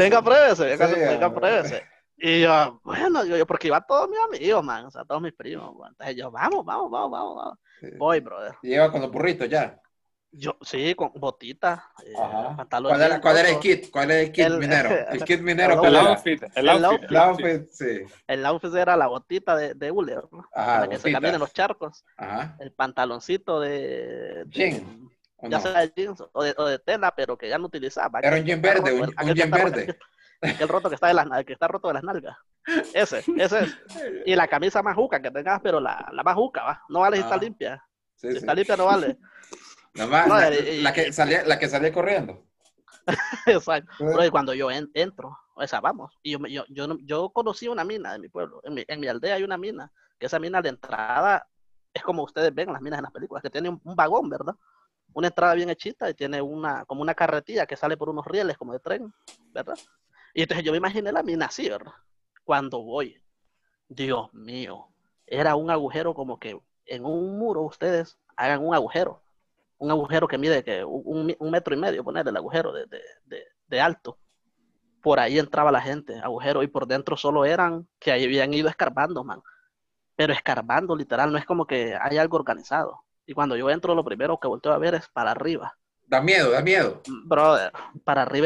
Y yo, bueno, porque iban todos mis amigos, man, o sea, todos mis primos. Man. Entonces yo, vamos. Sí. Voy, brother. Y lleva con los burritos ya. Yo, sí, con botita, pantalón ¿Cuál era el roto. kit? ¿Cuál era el kit minero? ¿El kit minero el cuál era? outfit, El outfit. El outfit, sí. El outfit era la botita de hule, ¿no? Ajá, Con la que se camina en los charcos. Ajá. El pantaloncito de Jean, ¿o ya no? sea de jeans o de tela, pero que ya no utilizaba. Era un jean verde, un jean verde. Aquel roto que está que está roto de las nalgas. Ese es. Y la camisa más juca que tengas, pero la más juca, ¿va? No vale si está limpia. Sí, si sí. está limpia no vale. Nomás, No, la que salía corriendo. Exacto. Pero cuando yo entro, o sea, vamos, y yo conocí una mina de mi pueblo. En mi aldea hay una mina, que esa mina de entrada es como ustedes ven las minas en las películas, que tiene un vagón, ¿verdad? Una entrada bien hechita y tiene como una carretilla que sale por unos rieles como de tren, ¿verdad? Y entonces yo me imaginé la mina así, ¿verdad? Cuando voy, Dios mío, era un agujero como que en un muro ustedes hagan un agujero que mide que 1,5 metros, ponerle el agujero de alto. Por ahí entraba la gente, agujero, y por dentro solo eran que ahí habían ido escarbando, man. Pero escarbando, literal, no es como que hay algo organizado. Y cuando yo entro, lo primero que volteo a ver es para arriba. Da miedo. Brother, para arriba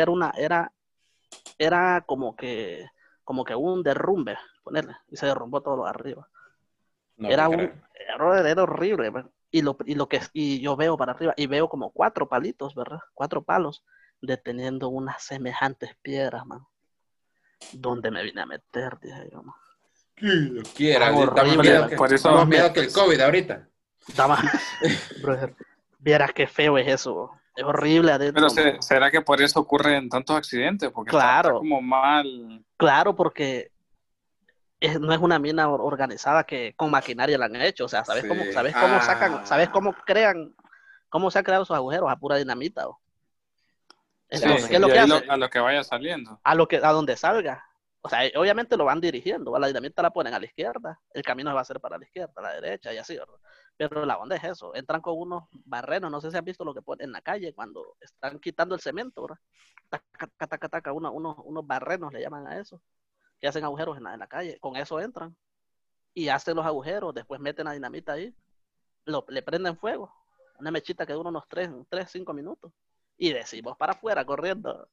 era como que un derrumbe, ponerle, y se derrumbó todo lo de arriba. No Era era horrible, man. Y yo veo para arriba y veo como 4 palitos, ¿verdad? 4 palos deteniendo unas semejantes piedras, man. ¿Dónde me vine a meter? Dije yo, man. Quiera, Da más miedo que el COVID ahorita. Brother, vieras qué feo es eso. Es horrible adentro. Pero ¿será que por eso ocurren tantos accidentes? Porque está como mal. Claro, porque no es una mina organizada que con maquinaria la han hecho. O sea, ¿sabes cómo sacan, sabes cómo crean, cómo se han creado esos agujeros? A pura dinamita. Entonces, ¿qué es lo que hace? A lo que vaya saliendo. A donde salga. O sea, obviamente lo van dirigiendo. ¿Va? La dinamita la ponen a la izquierda, el camino va a ser para la izquierda, a la derecha y así, ¿verdad? Pero la onda es eso. Entran con unos barrenos, no sé si han visto lo que ponen en la calle cuando están quitando el cemento, ¿verdad? Taca, unos barrenos le llaman a eso, que hacen agujeros en la calle. Con eso entran y hacen los agujeros, después meten la dinamita ahí, le prenden fuego, una mechita que dura unos 5 minutos y decimos para afuera corriendo.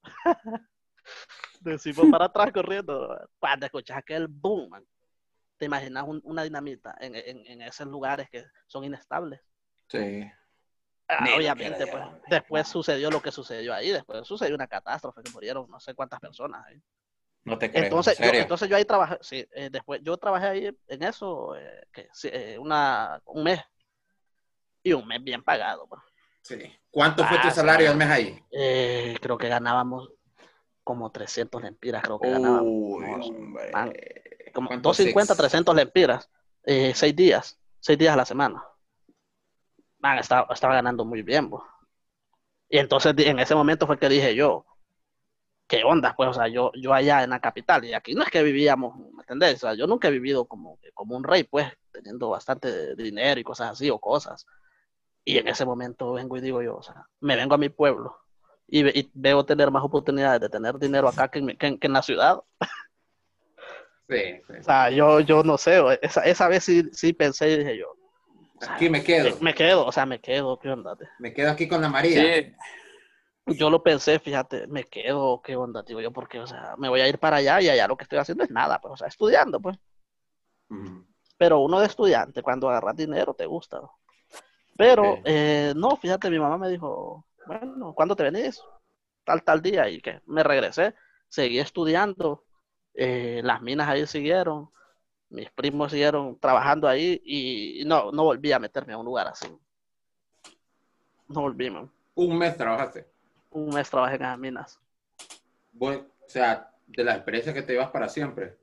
Decimos para atrás corriendo. Cuando escuchas aquel boom, man, te imaginas una dinamita en esos lugares que son inestables. Sí. Obviamente, pues, después sucedió lo que sucedió ahí, después sucedió una catástrofe que murieron no sé cuántas personas ahí. No te creo. Entonces yo ahí trabajé, sí, después yo trabajé ahí en eso un mes, y un mes bien pagado, pues. Sí. ¿Cuánto fue tu salario al mes ahí? Creo que ganábamos como 300 lempiras, creo que ganábamos. Man, como 250, 300 lempiras, 6 días a la semana. Man, estaba ganando muy bien, pues. Y entonces en ese momento fue que dije yo, ¿qué onda? Pues, o sea, yo allá en la capital, y aquí no es que vivíamos, ¿me entendés? O sea, yo nunca he vivido como un rey, pues, teniendo bastante dinero y cosas así, o cosas. Y en ese momento vengo y digo yo, o sea, me vengo a mi pueblo y veo tener más oportunidades de tener dinero acá que en la ciudad. Sí. O sea, yo no sé, esa vez sí pensé y dije yo, aquí me quedo. Me quedo, ¿qué onda? Me quedo aquí con la María. Sí. Yo lo pensé, fíjate, me quedo, ¿qué onda? Digo yo, porque, o sea, me voy a ir para allá y allá lo que estoy haciendo es nada, pues, o sea, estudiando, pues. Pero uno de estudiante, cuando agarras dinero, te gusta, ¿no? Pero, no, fíjate, mi mamá me dijo, bueno, ¿cuándo te venís? Tal día, y que me regresé, seguí estudiando, las minas ahí siguieron, mis primos siguieron trabajando ahí y no volví a meterme a un lugar así. No volví, man. ¿Un mes trabajaste? Un mes trabajé en las minas. O sea, de la experiencia que te llevas para siempre.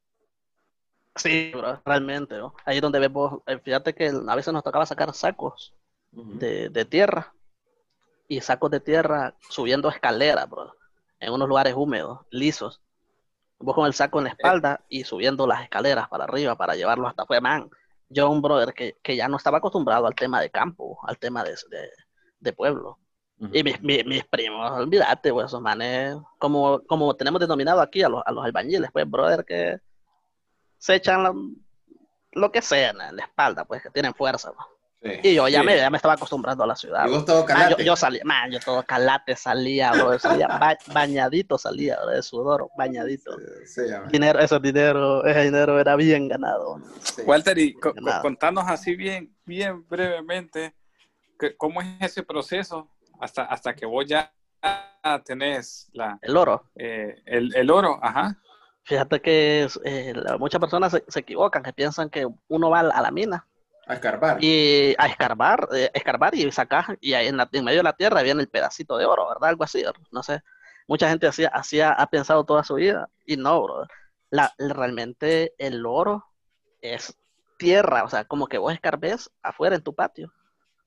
Sí, bro, realmente, ¿no? Ahí donde ves vos, fíjate que a veces nos tocaba sacar sacos de tierra, y sacos de tierra subiendo escaleras, bro, en unos lugares húmedos, lisos. Vos con el saco en la espalda y subiendo las escaleras para arriba para llevarlo hasta afuera, man. Yo, un brother que ya no estaba acostumbrado al tema de campo, al tema de pueblo. Y mis primos, olvídate, pues, esos manes, como tenemos denominado aquí a los albañiles, pues, brother, que se echan lo que sea en la espalda, pues, que tienen fuerza, pues. Sí. Y yo ya me estaba acostumbrando a la ciudad. ¿Y vos todo calate? Yo salía, yo todo calate salía, bro, salía bañadito salía, bro, de sudor, bañadito. Sí, ese dinero era bien ganado. Sí. Walter, y contanos así bien brevemente, ¿cómo es ese proceso hasta que vos ya tenés el oro? El oro, ajá. Fíjate que muchas personas se equivocan, que piensan que uno va a la mina. A escarbar. Y a escarbar y sacar, y ahí en medio de la tierra viene el pedacito de oro, ¿verdad? Algo así, no sé. Mucha gente ha pensado toda su vida, y no, bro. Realmente el oro es tierra, o sea, como que vos escarbes afuera en tu patio.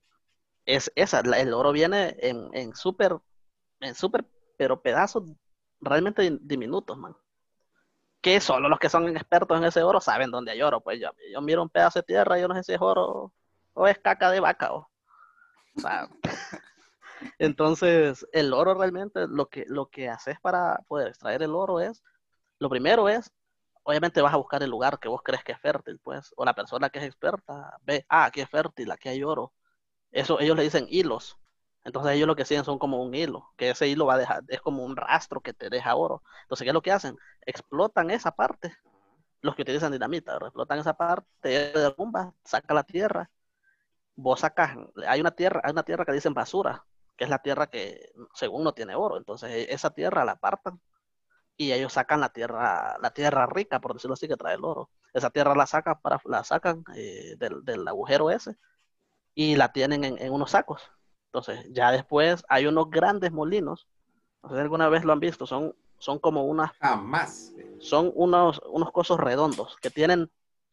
El oro viene en súper, pero pedazos realmente diminutos, man. Que solo los que son expertos en ese oro saben dónde hay oro. Pues yo miro un pedazo de tierra y yo no sé si es oro o es caca de vaca. O sea, entonces el oro realmente, lo que haces para poder extraer el oro es, lo primero es, obviamente vas a buscar el lugar que vos crees que es fértil, pues, o la persona que es experta ve, aquí es fértil, aquí hay oro. Eso ellos le dicen hilos. Entonces ellos lo que siguen son como un hilo, que ese hilo va a dejar, es como un rastro que te deja oro. Entonces, ¿qué es lo que hacen? Explotan esa parte, los que utilizan dinamita, explotan esa parte, derrumba, saca la tierra, vos sacas, hay una tierra que dicen basura, que es la tierra que según no tiene oro, entonces esa tierra la apartan y ellos sacan la tierra rica, por decirlo así, que trae el oro. Esa tierra la sacan del agujero ese y la tienen en unos sacos. Entonces, ya después hay unos grandes molinos, no sé si alguna vez lo han visto, son como Jamás. son unos cosos redondos que tienen,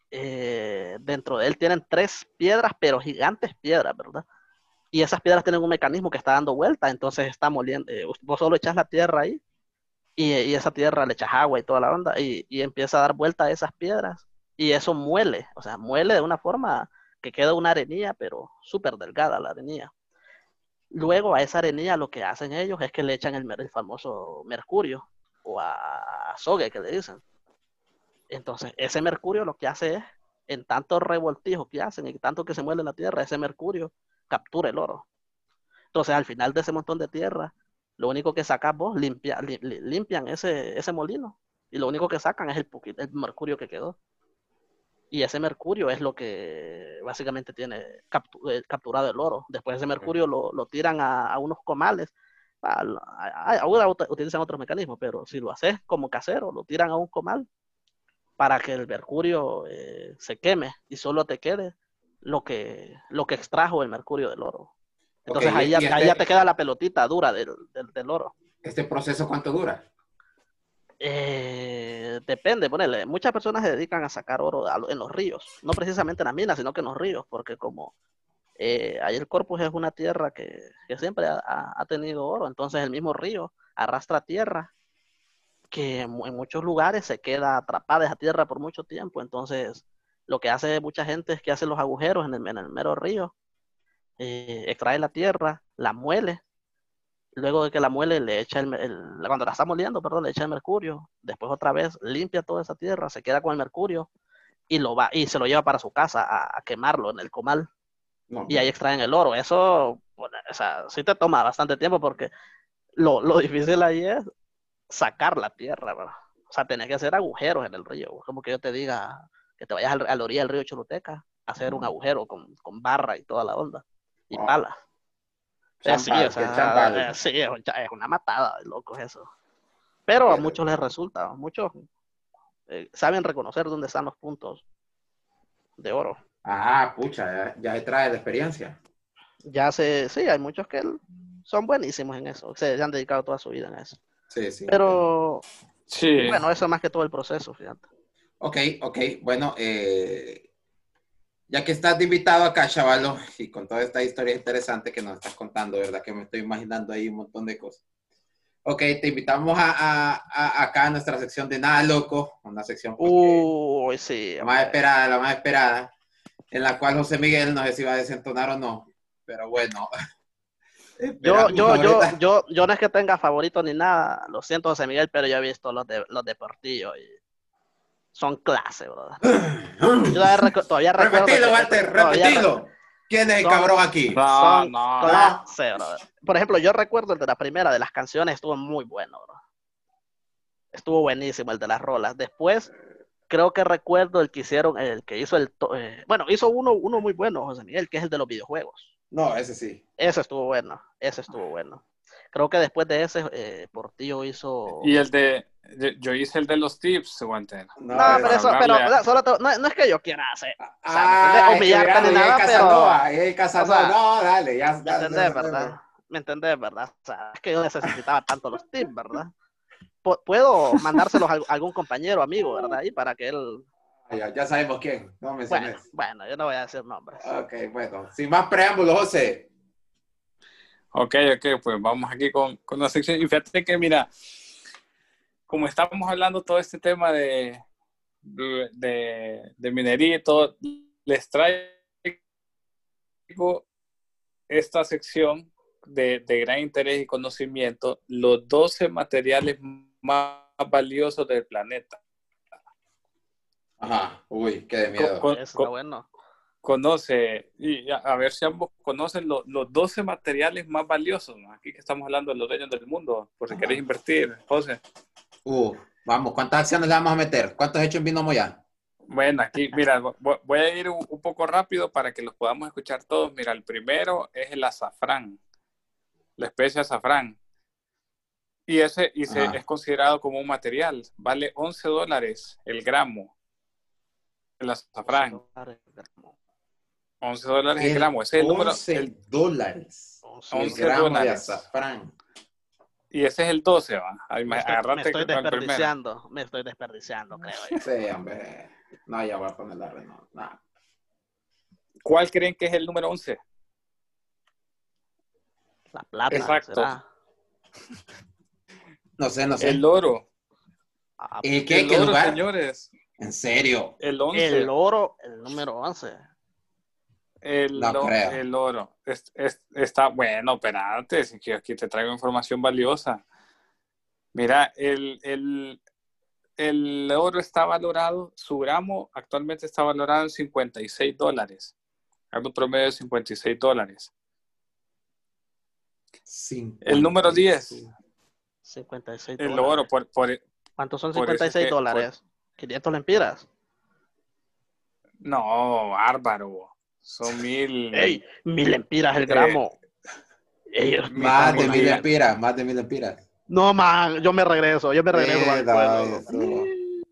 dentro de él tienen 3 piedras, pero gigantes piedras, ¿verdad? Y esas piedras tienen un mecanismo que está dando vuelta, entonces está moliendo, vos solo echas la tierra ahí, y esa tierra le echas agua y toda la onda, y empieza a dar vuelta a esas piedras, y eso muele, o sea, muele de una forma que queda una arenilla, pero súper delgada la arenilla. Luego a esa arenilla lo que hacen ellos es que le echan el famoso mercurio, o azogue que le dicen. Entonces, ese mercurio lo que hace es, en tanto revoltijo que hacen y tanto que se mueve la tierra, ese mercurio captura el oro. Entonces, al final de ese montón de tierra, lo único que sacas vos, limpian ese molino, y lo único que sacan es el mercurio que quedó. Y ese mercurio es lo que básicamente tiene capturado el oro. Después ese mercurio lo tiran a unos comales. Ahora utilizan otros mecanismos, pero si lo haces como casero, lo tiran a un comal para que el mercurio se queme y solo te quede lo que extrajo el mercurio del oro. Entonces ahí ya te queda la pelotita dura del oro. ¿Este proceso cuánto dura? Depende, ponele. Muchas personas se dedican a sacar oro en los ríos, no precisamente en las minas, sino que en los ríos, porque como ahí el Corpus es una tierra que siempre ha tenido oro, entonces el mismo río arrastra tierra que en muchos lugares se queda atrapada esa tierra por mucho tiempo. Entonces, lo que hace mucha gente es que hace los agujeros en el mero río, extrae la tierra, la muele, luego de que la muele, le echa cuando la está moliendo, perdón, le echa el mercurio, después otra vez limpia toda esa tierra, se queda con el mercurio y se lo lleva para su casa a quemarlo en el comal. No, y ahí extraen el oro. Eso, bueno, o sea, sí te toma bastante tiempo porque lo difícil ahí es sacar la tierra, ¿verdad? O sea, tenés que hacer agujeros en el río. Como que yo te diga que te vayas a la orilla del río Choluteca a hacer un agujero con barra y toda la onda. Y pala. Sí, o sea, sí, es una matada de locos eso. Pero a muchos les resulta, muchos saben reconocer dónde están los puntos de oro. Ah, pucha, ya trae la experiencia. Sí, hay muchos que son buenísimos en eso, se han dedicado toda su vida en eso. Sí, sí. Pero, sí. Bueno, eso más que todo el proceso, fíjate. Ok, bueno, ya que estás invitado acá, chavalo, y con toda esta historia interesante que nos estás contando, ¿verdad? Que me estoy imaginando ahí un montón de cosas. Ok, te invitamos acá a nuestra sección de Nada Loco, una sección sí, la más esperada, en la cual José Miguel no sé si va a desentonar o no, pero bueno. Yo no es que tenga favorito ni nada, lo siento, José Miguel, pero yo he visto los de Portillo y son clase, bro. Yo todavía recuerdo. Repetilo, Walter, repetilo. ¿Quién es el cabrón aquí? Son No. clase, bro. Por ejemplo, yo recuerdo el de la primera de las canciones, estuvo muy bueno, bro. Estuvo buenísimo el de las rolas. Después, creo que recuerdo el que hicieron, el que hizo bueno, hizo uno muy bueno, José Miguel, que es el de los videojuegos. No, ese sí. Ese estuvo bueno, ese estuvo bueno. Creo que después de ese, Portillo hizo... Y yo hice el de los tips, Walter. No, No, pero eso, no es que yo quiera hacer, o sea, ¿me entendés? Humillarte ni nada, pero... El Casanova, o sea, no, dale, ya. ¿me entendés, verdad? ¿Me entendés, verdad? O sea, es que yo necesitaba tanto los tips, ¿verdad? Puedo mandárselos a algún compañero, amigo, ¿verdad? Y para que él... Ya sabemos quién, no menciones. Bueno, yo no voy a decir nombres. Ok, bueno, sin más preámbulos, José. Ok, pues vamos aquí con la sección. Y fíjate que, mira, como estamos hablando todo este tema de minería y todo, les traigo esta sección de gran interés y conocimiento, los 12 materiales más valiosos del planeta. Ajá, uy, qué de miedo. Eso está bueno. Conoce, y a ver si ambos conocen los 12 materiales más valiosos, ¿no? Aquí que estamos hablando de los dueños del mundo, por si querés invertir, José. Vamos, ¿cuántas acciones le vamos a meter? ¿Cuántos hechos en Binomo ya? Bueno, aquí, mira, voy a ir un poco rápido para que los podamos escuchar todos. Mira, el primero es el azafrán, la especie azafrán. Y ese es considerado como un material. Vale $11 el gramo. El azafrán. $11 el gramo. Ese es el número. $11. $11 gramo de azafrán. Y ese es el 12, ¿va? Me estoy desperdiciando, creo yo. Sí, hombre. No, ya voy a poner la Renault. Nah. ¿Cuál creen que es el número 11? La plata. Exacto. ¿Será? No sé. El oro. ¿Y qué? El ¿Qué oro, lugar? Señores. ¿En serio? El 11. El oro, el número 11. El oro. Está bueno, espérate, si que aquí te traigo información valiosa. Mira, el oro está valorado, su gramo actualmente está valorado en $56. Algo promedio de $56. El número 10. $56. El oro, ¿Cuántos son $56? 500 lempiras. No, bárbaro. Son 1000. ¡Ey! 1000 lempiras el gramo. Más de 1000 lempiras, más de 1000 lempiras. No, man, yo me regreso al pueblo.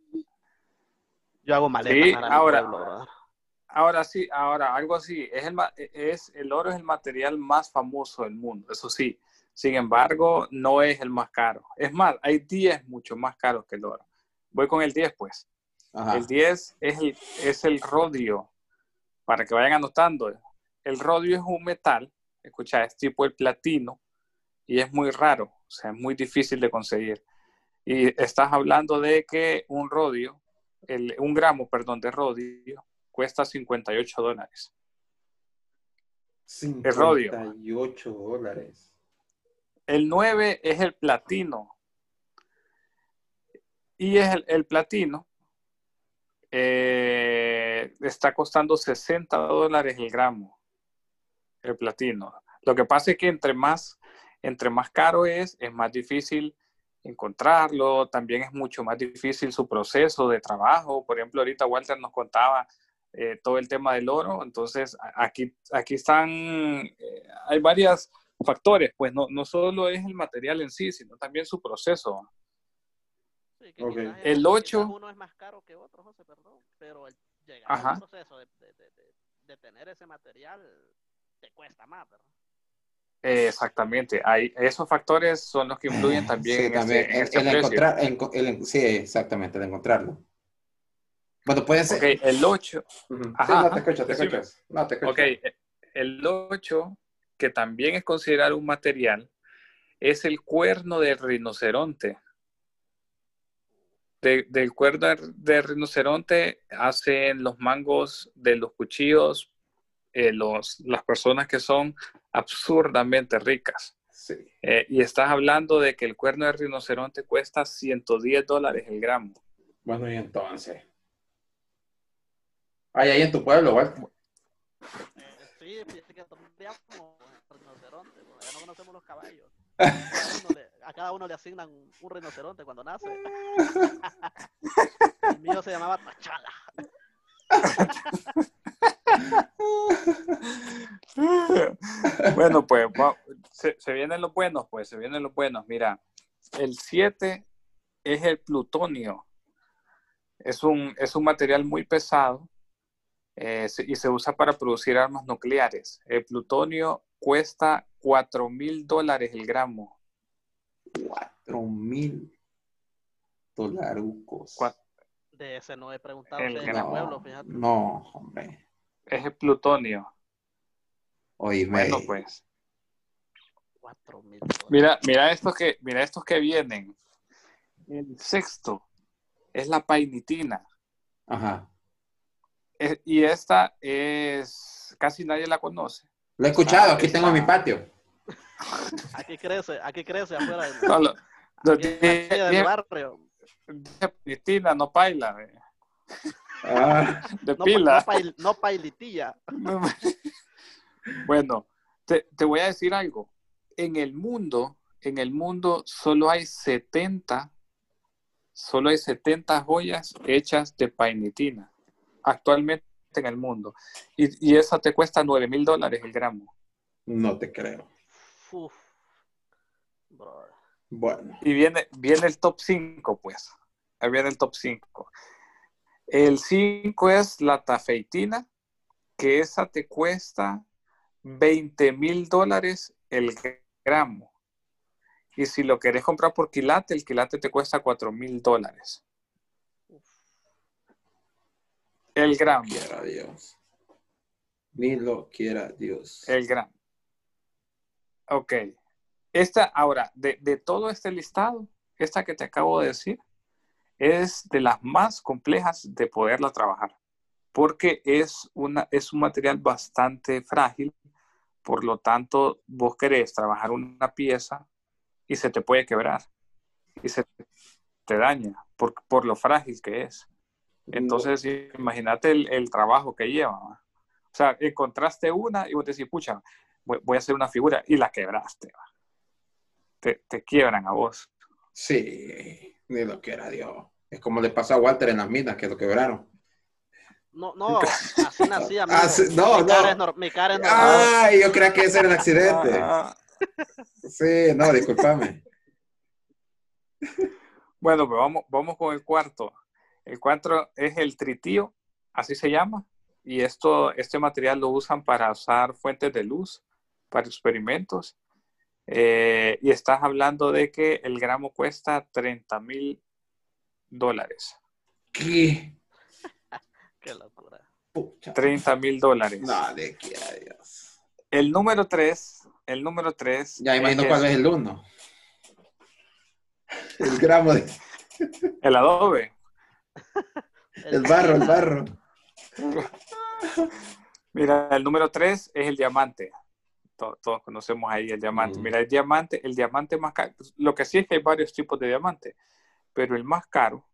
Yo hago maletas sí, para mi pueblo, ¿verdad? Ahora, algo así. El oro es el material más famoso del mundo, eso sí. Sin embargo, no es el más caro. Es más, hay 10 mucho más caros que el oro. Voy con el 10, pues. Ajá. El 10 es el rodio. Para que vayan anotando. El rodio es un metal, escucha, es tipo el platino y es muy raro, o sea, es muy difícil de conseguir. Y estás hablando de que un gramo de rodio cuesta $58. El rodio. $58. El 9 es el platino. Y es el platino. Está costando $60 el gramo. El platino. Lo que pasa es que entre más caro es más difícil encontrarlo, también es mucho más difícil su proceso de trabajo. Por ejemplo, ahorita Walter nos contaba todo el tema del oro, entonces aquí están, hay varios factores, pues no solo es el material en sí, sino también su proceso. Sí, que okay. El 8... Uno es más caro que otro, José, perdón, pero llegar al proceso de tener ese material te cuesta más, ¿verdad? Exactamente, esos factores son los que influyen también sí, en también sí, exactamente, el encontrarlo. Bueno, puede ser. Ok, el 8. Ajá, sí, no te escuchas. No te escuchas. Ok, el 8, que también es considerado un material, es el cuerno del rinoceronte. Del cuerno del rinoceronte hacen los mangos de los cuchillos las personas que son absurdamente ricas. Sí. Y estás hablando de que el cuerno de rinoceronte cuesta $110 el gramo. Bueno, y entonces. ¿Hay ahí en tu pueblo, Walter? Sí, fíjate que tendríamos rinoceronte, porque ya no conocemos los caballos. A cada uno le asignan un rinoceronte cuando nace. El mío se llamaba Tachala. Bueno, pues se vienen los buenos, pues se vienen los buenos. Mira, el 7 es el plutonio. Es un material muy pesado y se usa para producir armas nucleares. El plutonio cuesta $4,000 el gramo. $4,000. De ese no he preguntado en el pueblo, fíjate. No, hombre. Es el plutonio. Oíme. Bueno, pues. $4,000. Mira estos que vienen. El sexto es la painitina. Ajá. Y esta es, casi nadie la conoce. Lo he escuchado, aquí tengo en mi patio. Aquí crece afuera del barrio. Painitina, no paila. De no, pila. No pailitilla. Bueno, te voy a decir algo. En el mundo solo hay 70 joyas hechas de painitina actualmente en el mundo. Y esa te cuesta $9,000 el gramo. No te creo. Uf. Bueno. Y viene el top 5, pues. Ahí viene el top 5. El 5 es la tafeitina, que esa te cuesta $20,000 el gramo. Y si lo querés comprar por quilate, el quilate te cuesta $4,000. El gramo. Quiera Dios. Ni lo quiera Dios. El gramo. Ok. Ahora, de todo este listado, esta que te acabo de decir, es de las más complejas de poderla trabajar. Porque es un material bastante frágil. Por lo tanto, vos querés trabajar una pieza y se te puede quebrar. Y se te daña por lo frágil que es. Entonces, imagínate el trabajo que lleva. ¿Va? O sea, encontraste una y vos decís, pucha, voy a hacer una figura y la quebraste. ¿Va? Te quiebran a vos. Sí, ni lo quiera Dios. Es como le pasó a Walter en las minas, que lo quebraron. No, así nací, amigo. Mi cara es normal. Ay, yo creía que ese era el accidente. Sí, no, discúlpame. Bueno, pues vamos con el cuarto. El cuarto es el tritío, así se llama. Y este material lo usan para usar fuentes de luz, para experimentos. Y estás hablando de que el gramo cuesta $30,000. ¿Qué? Qué locura. Pucha. $30,000. No, de quiera Dios. El número 3. Ya imagino cuál es el 1. El gramo de... El adobe. El barro. Mira, el número 3 es el diamante. Todos conocemos ahí el diamante. Mira, el diamante más caro. Lo que sí es que hay varios tipos de diamante, pero el más caro,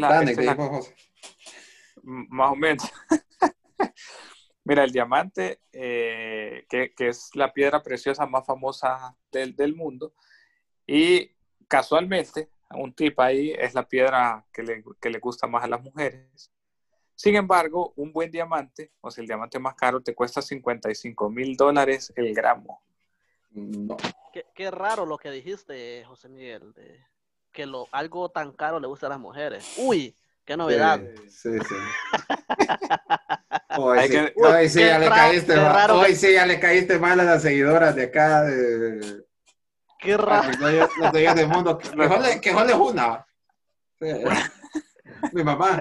más o menos. Mira, el diamante, que es la piedra preciosa más famosa del mundo, y casualmente, un tip ahí, es la piedra que le gusta más a las mujeres. Sin embargo, un buen diamante, o sea, el diamante más caro, te cuesta $55,000 el gramo. No. Qué raro lo que dijiste, José Miguel, de que algo tan caro le gusta a las mujeres. Uy, qué novedad. Sí. Hoy sí ya le caíste mal a las seguidoras de acá. Qué raro. Los de del mundo. Que jole una. Sí. Mi mamá.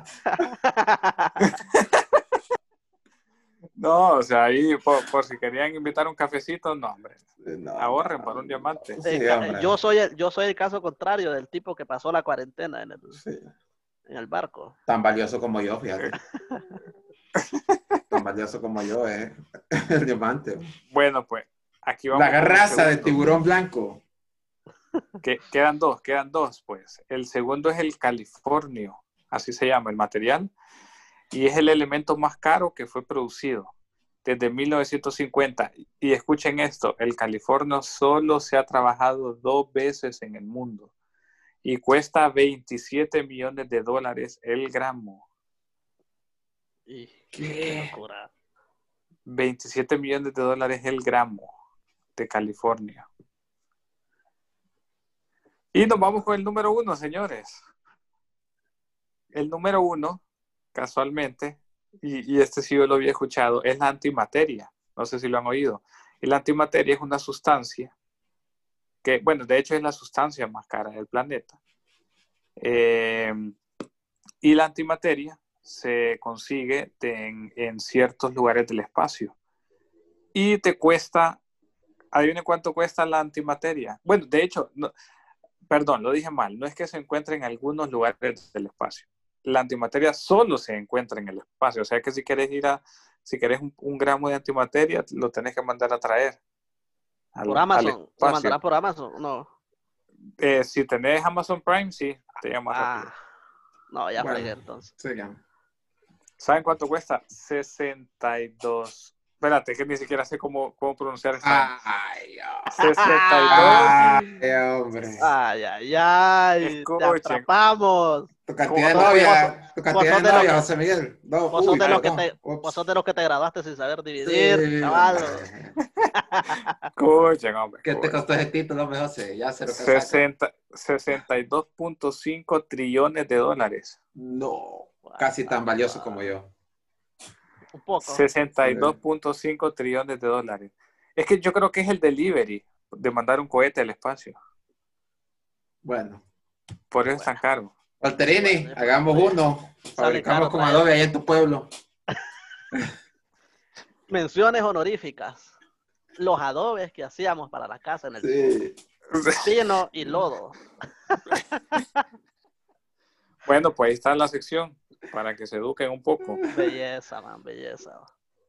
No, o sea, ahí por si querían invitar un cafecito, no, hombre. No, ahorren por un diamante. Sí, yo soy el caso contrario del tipo que pasó la cuarentena en el barco. Tan valioso como yo, fíjate. Tan valioso como yo, el diamante. Bueno, pues, aquí vamos. La raza de tiburón blanco. Quedan dos, pues. El segundo es el californio, así se llama el material, y es el elemento más caro que fue producido. desde 1950. Y escuchen esto, el Californio solo se ha trabajado 2 veces en el mundo y cuesta $27 millones el gramo. Y ¿Qué? locura. $27 millones el gramo de California. Y nos vamos con el número 1, señores. El número 1, casualmente, y este sí yo lo había escuchado, es la antimateria. No sé si lo han oído. Y la antimateria es una sustancia que, bueno, de hecho es la sustancia más cara del planeta. Y la antimateria se consigue en ciertos lugares del espacio. Y te cuesta, adivinen cuánto cuesta la antimateria. Bueno, de hecho, no, perdón, lo dije mal, no es que se encuentre en algunos lugares del espacio. La antimateria solo se encuentra en el espacio, o sea que si quieres un gramo de antimateria, lo tenés que mandar a traer ¿Por al Amazon? ¿Se mandará espacio. por Amazon? No. Si tenés Amazon Prime, sí, te llama rápido. No, ya Bueno, fregué entonces. sigamos. ¿Saben cuánto cuesta? 62. Espérate, que ni siquiera sé cómo pronunciar esta. Ay, Dios. 62. Ay, hombre. Ay, te Escuchen. atrapamos. Tu cantidad de Vos sos- novia, tu vos cantidad sos de de los novia, que- José Miguel. No, Vos sos uy, de los que perdón. vos sos de los que te graduaste sin saber dividir, Sí, chaval. hombre. Escuchen, hombre. ¿Qué te Escuchen. costó ese título, hombre, José? Ya se lo casaca. 62.5 trillones de dólares. No, casi tan valioso como yo. Un poco. 62.5 trillones de dólares. Es que yo creo que es el delivery de mandar un cohete al espacio. Bueno. Por eso es tan caro. Walterini, Bueno, hagamos uno. Sale Fabricamos caro con traer. Adobe ahí en tu pueblo. Menciones honoríficas. Los adobes que hacíamos para la casa en el Sí. pino y lodo. Bueno, pues ahí está la sección para que se eduquen un poco. Belleza, man, belleza.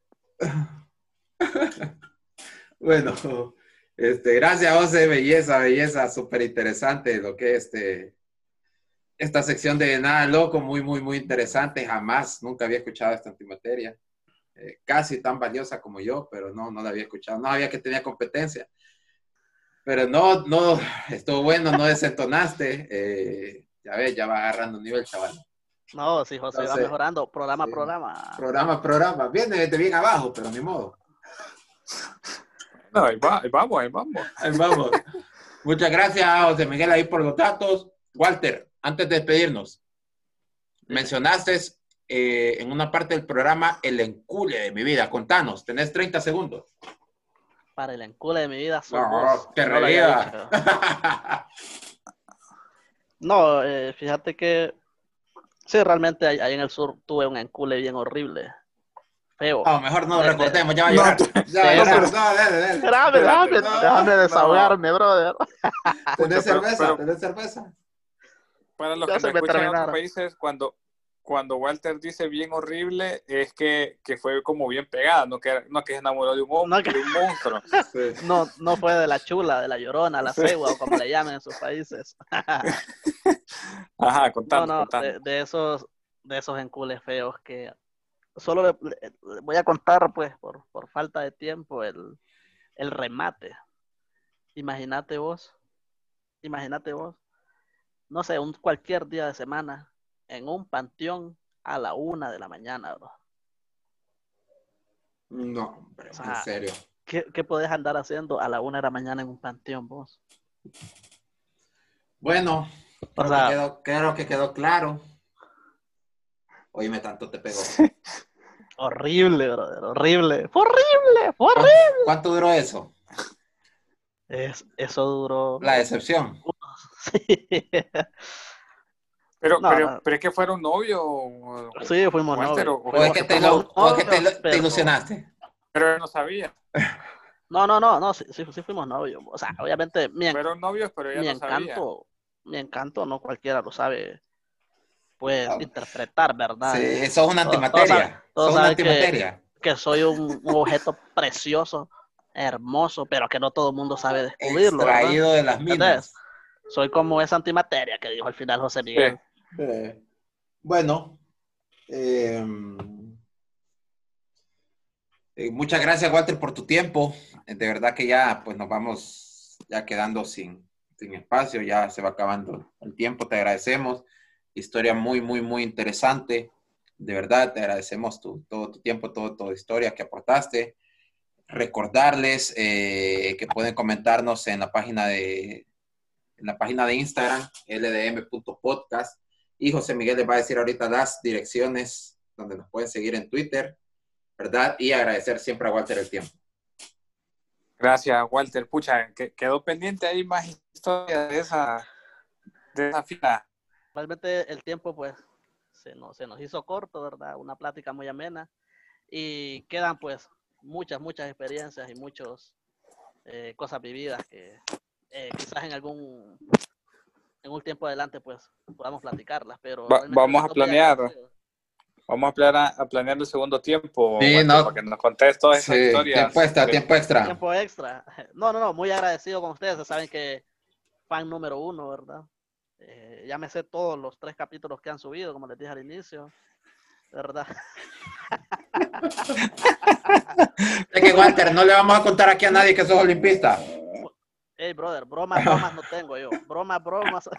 Bueno, gracias, José. Belleza, súper interesante lo que es esta sección de Nada Loco, muy, muy, muy interesante. Jamás, nunca había escuchado esta antimateria. Casi tan valiosa como yo, pero no la había escuchado. No sabía que tenía competencia. Pero no, estuvo bueno, no desentonaste. Ya ves, ya va agarrando nivel, chaval. No, sí, José Entonces, va mejorando, programa sí. a programa. Programa. Viene desde bien abajo, pero ni modo. No, ahí vamos. Ahí vamos. Muchas gracias, José Miguel, ahí por los datos. Walter, antes de despedirnos, mencionaste en una parte del programa el encule de mi vida. Contanos, tenés 30 segundos. Para el encule de mi vida sos No, vos. que No lo había reviva. dicho. No, fíjate que sí, realmente ahí en el sur tuve un encule bien horrible. Feo. No, mejor no lo recordemos, ya va a No, llorar. Ya va a de llorar. esos- No, dale. Déjame desahogarme, brother. ¿Tenés cerveza? pero- ¿Tenés cerveza? Para los Ya que se no me escuchan en otros terminaron. países, cuando Walter dice bien horrible, es que fue como bien pegada, no que se enamoró de un hombre, No que- de un monstruo. Sí. No fue de la chula, de la llorona, la Sí. cegua o como le llamen en sus países. Ajá, contando. De esos encules feos que solo le voy a contar, pues, por falta de tiempo, el remate. Imagínate vos, no sé, cualquier día de semana, en un panteón a la 1 de la mañana, bro. No, hombre, O sea, en serio. ¿Qué podés andar haciendo a la 1 de la mañana en un panteón, vos? Bueno, O sea, creo que quedó claro. Oíme, tanto te pegó. horrible, brother, horrible. ¡Fue horrible! ¿Cuánto duró eso? Eso duró. La decepción. Sí. Pero, No, pero, no. pero es que fueron novios. Sí, fuimos Walter, novios. ¿O es que te novios, pero- ilusionaste? Pero él no sabía. No, sí fuimos novios. O sea, obviamente Fueron novios, pero ella no sabía. mi encanto no cualquiera lo sabe, pues, interpretar, ¿verdad? Sí, eso es una Todos antimateria. todos Sos una saben antimateria. que soy un objeto precioso, hermoso, pero que no todo el mundo sabe descubrirlo, ¿verdad? Extraído de las ¿Entendés? minas. Soy como esa antimateria que dijo al final José Miguel. Bueno, Muchas gracias, Walter, por tu tiempo. De verdad que ya pues nos vamos ya quedando sin espacio, ya se va acabando el tiempo. Te agradecemos. Historia muy, muy, muy interesante. De verdad, te agradecemos todo tu tiempo, toda tu historia que aportaste. Recordarles que pueden comentarnos en la página de Instagram, ldm.podcast. Y José Miguel les va a decir ahorita las direcciones donde nos pueden seguir en Twitter, ¿verdad? Y agradecer siempre a Walter el tiempo. Gracias, Walter. Pucha, quedó pendiente ahí más historia de esa fila. Realmente el tiempo, pues, se nos hizo corto, ¿verdad? Una plática muy amena. Y quedan, pues, muchas experiencias y muchas cosas vividas que quizás en un tiempo adelante, pues, podamos platicarlas. Pero vamos a planear el segundo tiempo, sí, Walter, para que nos contes todas esas historias. Tiempo extra. Tiempo extra. No, muy agradecido con ustedes. Saben que fan número 1, ¿verdad? Ya me sé todos los 3 capítulos que han subido, como les dije al inicio. ¿Verdad? Es que, Walter, no le vamos a contar aquí a nadie que sos olimpista. Hey, brother, bromas no tengo yo. Bromas.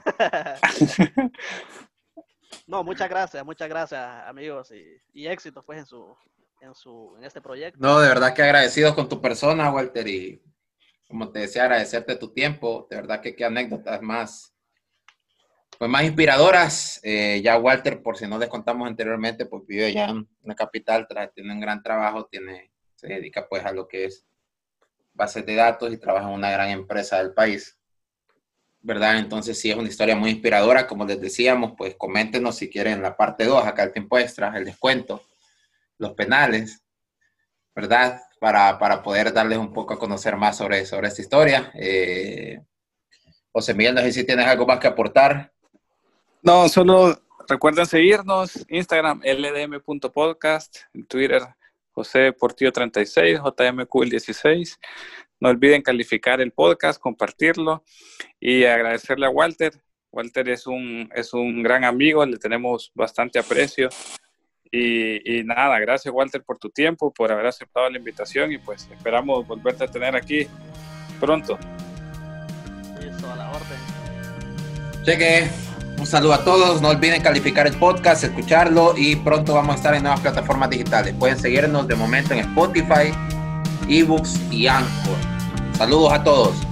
No, muchas gracias, amigos, y éxitos, pues, en este proyecto. No, de verdad que agradecidos con tu persona, Walter, y como te decía, agradecerte tu tiempo. De verdad que qué anécdotas más inspiradoras. Ya Walter, por si no les contamos anteriormente, pues vive ya en la capital, tiene un gran trabajo, se dedica pues a lo que es bases de datos y trabaja en una gran empresa del país, ¿verdad? Entonces sí es una historia muy inspiradora. Como les decíamos, pues coméntenos si quieren la parte 2, acá el tiempo extra, el descuento, los penales, ¿verdad? Para poder darles un poco a conocer más sobre esta historia. José Miguel, no sé si tienes algo más que aportar. No, solo recuerden seguirnos, Instagram, ldm.podcast, en Twitter, José Portillo 36, JMQL16. No olviden calificar el podcast, compartirlo y agradecerle a Walter. Walter es un gran amigo, le tenemos bastante aprecio. Y nada, gracias, Walter, por tu tiempo, por haber aceptado la invitación y pues esperamos volverte a tener aquí pronto. Listo, a la orden. Cheque. Un saludo a todos, no olviden calificar el podcast, escucharlo y pronto vamos a estar en nuevas plataformas digitales. Pueden seguirnos de momento en Spotify, eBooks y Anchor. Saludos a todos.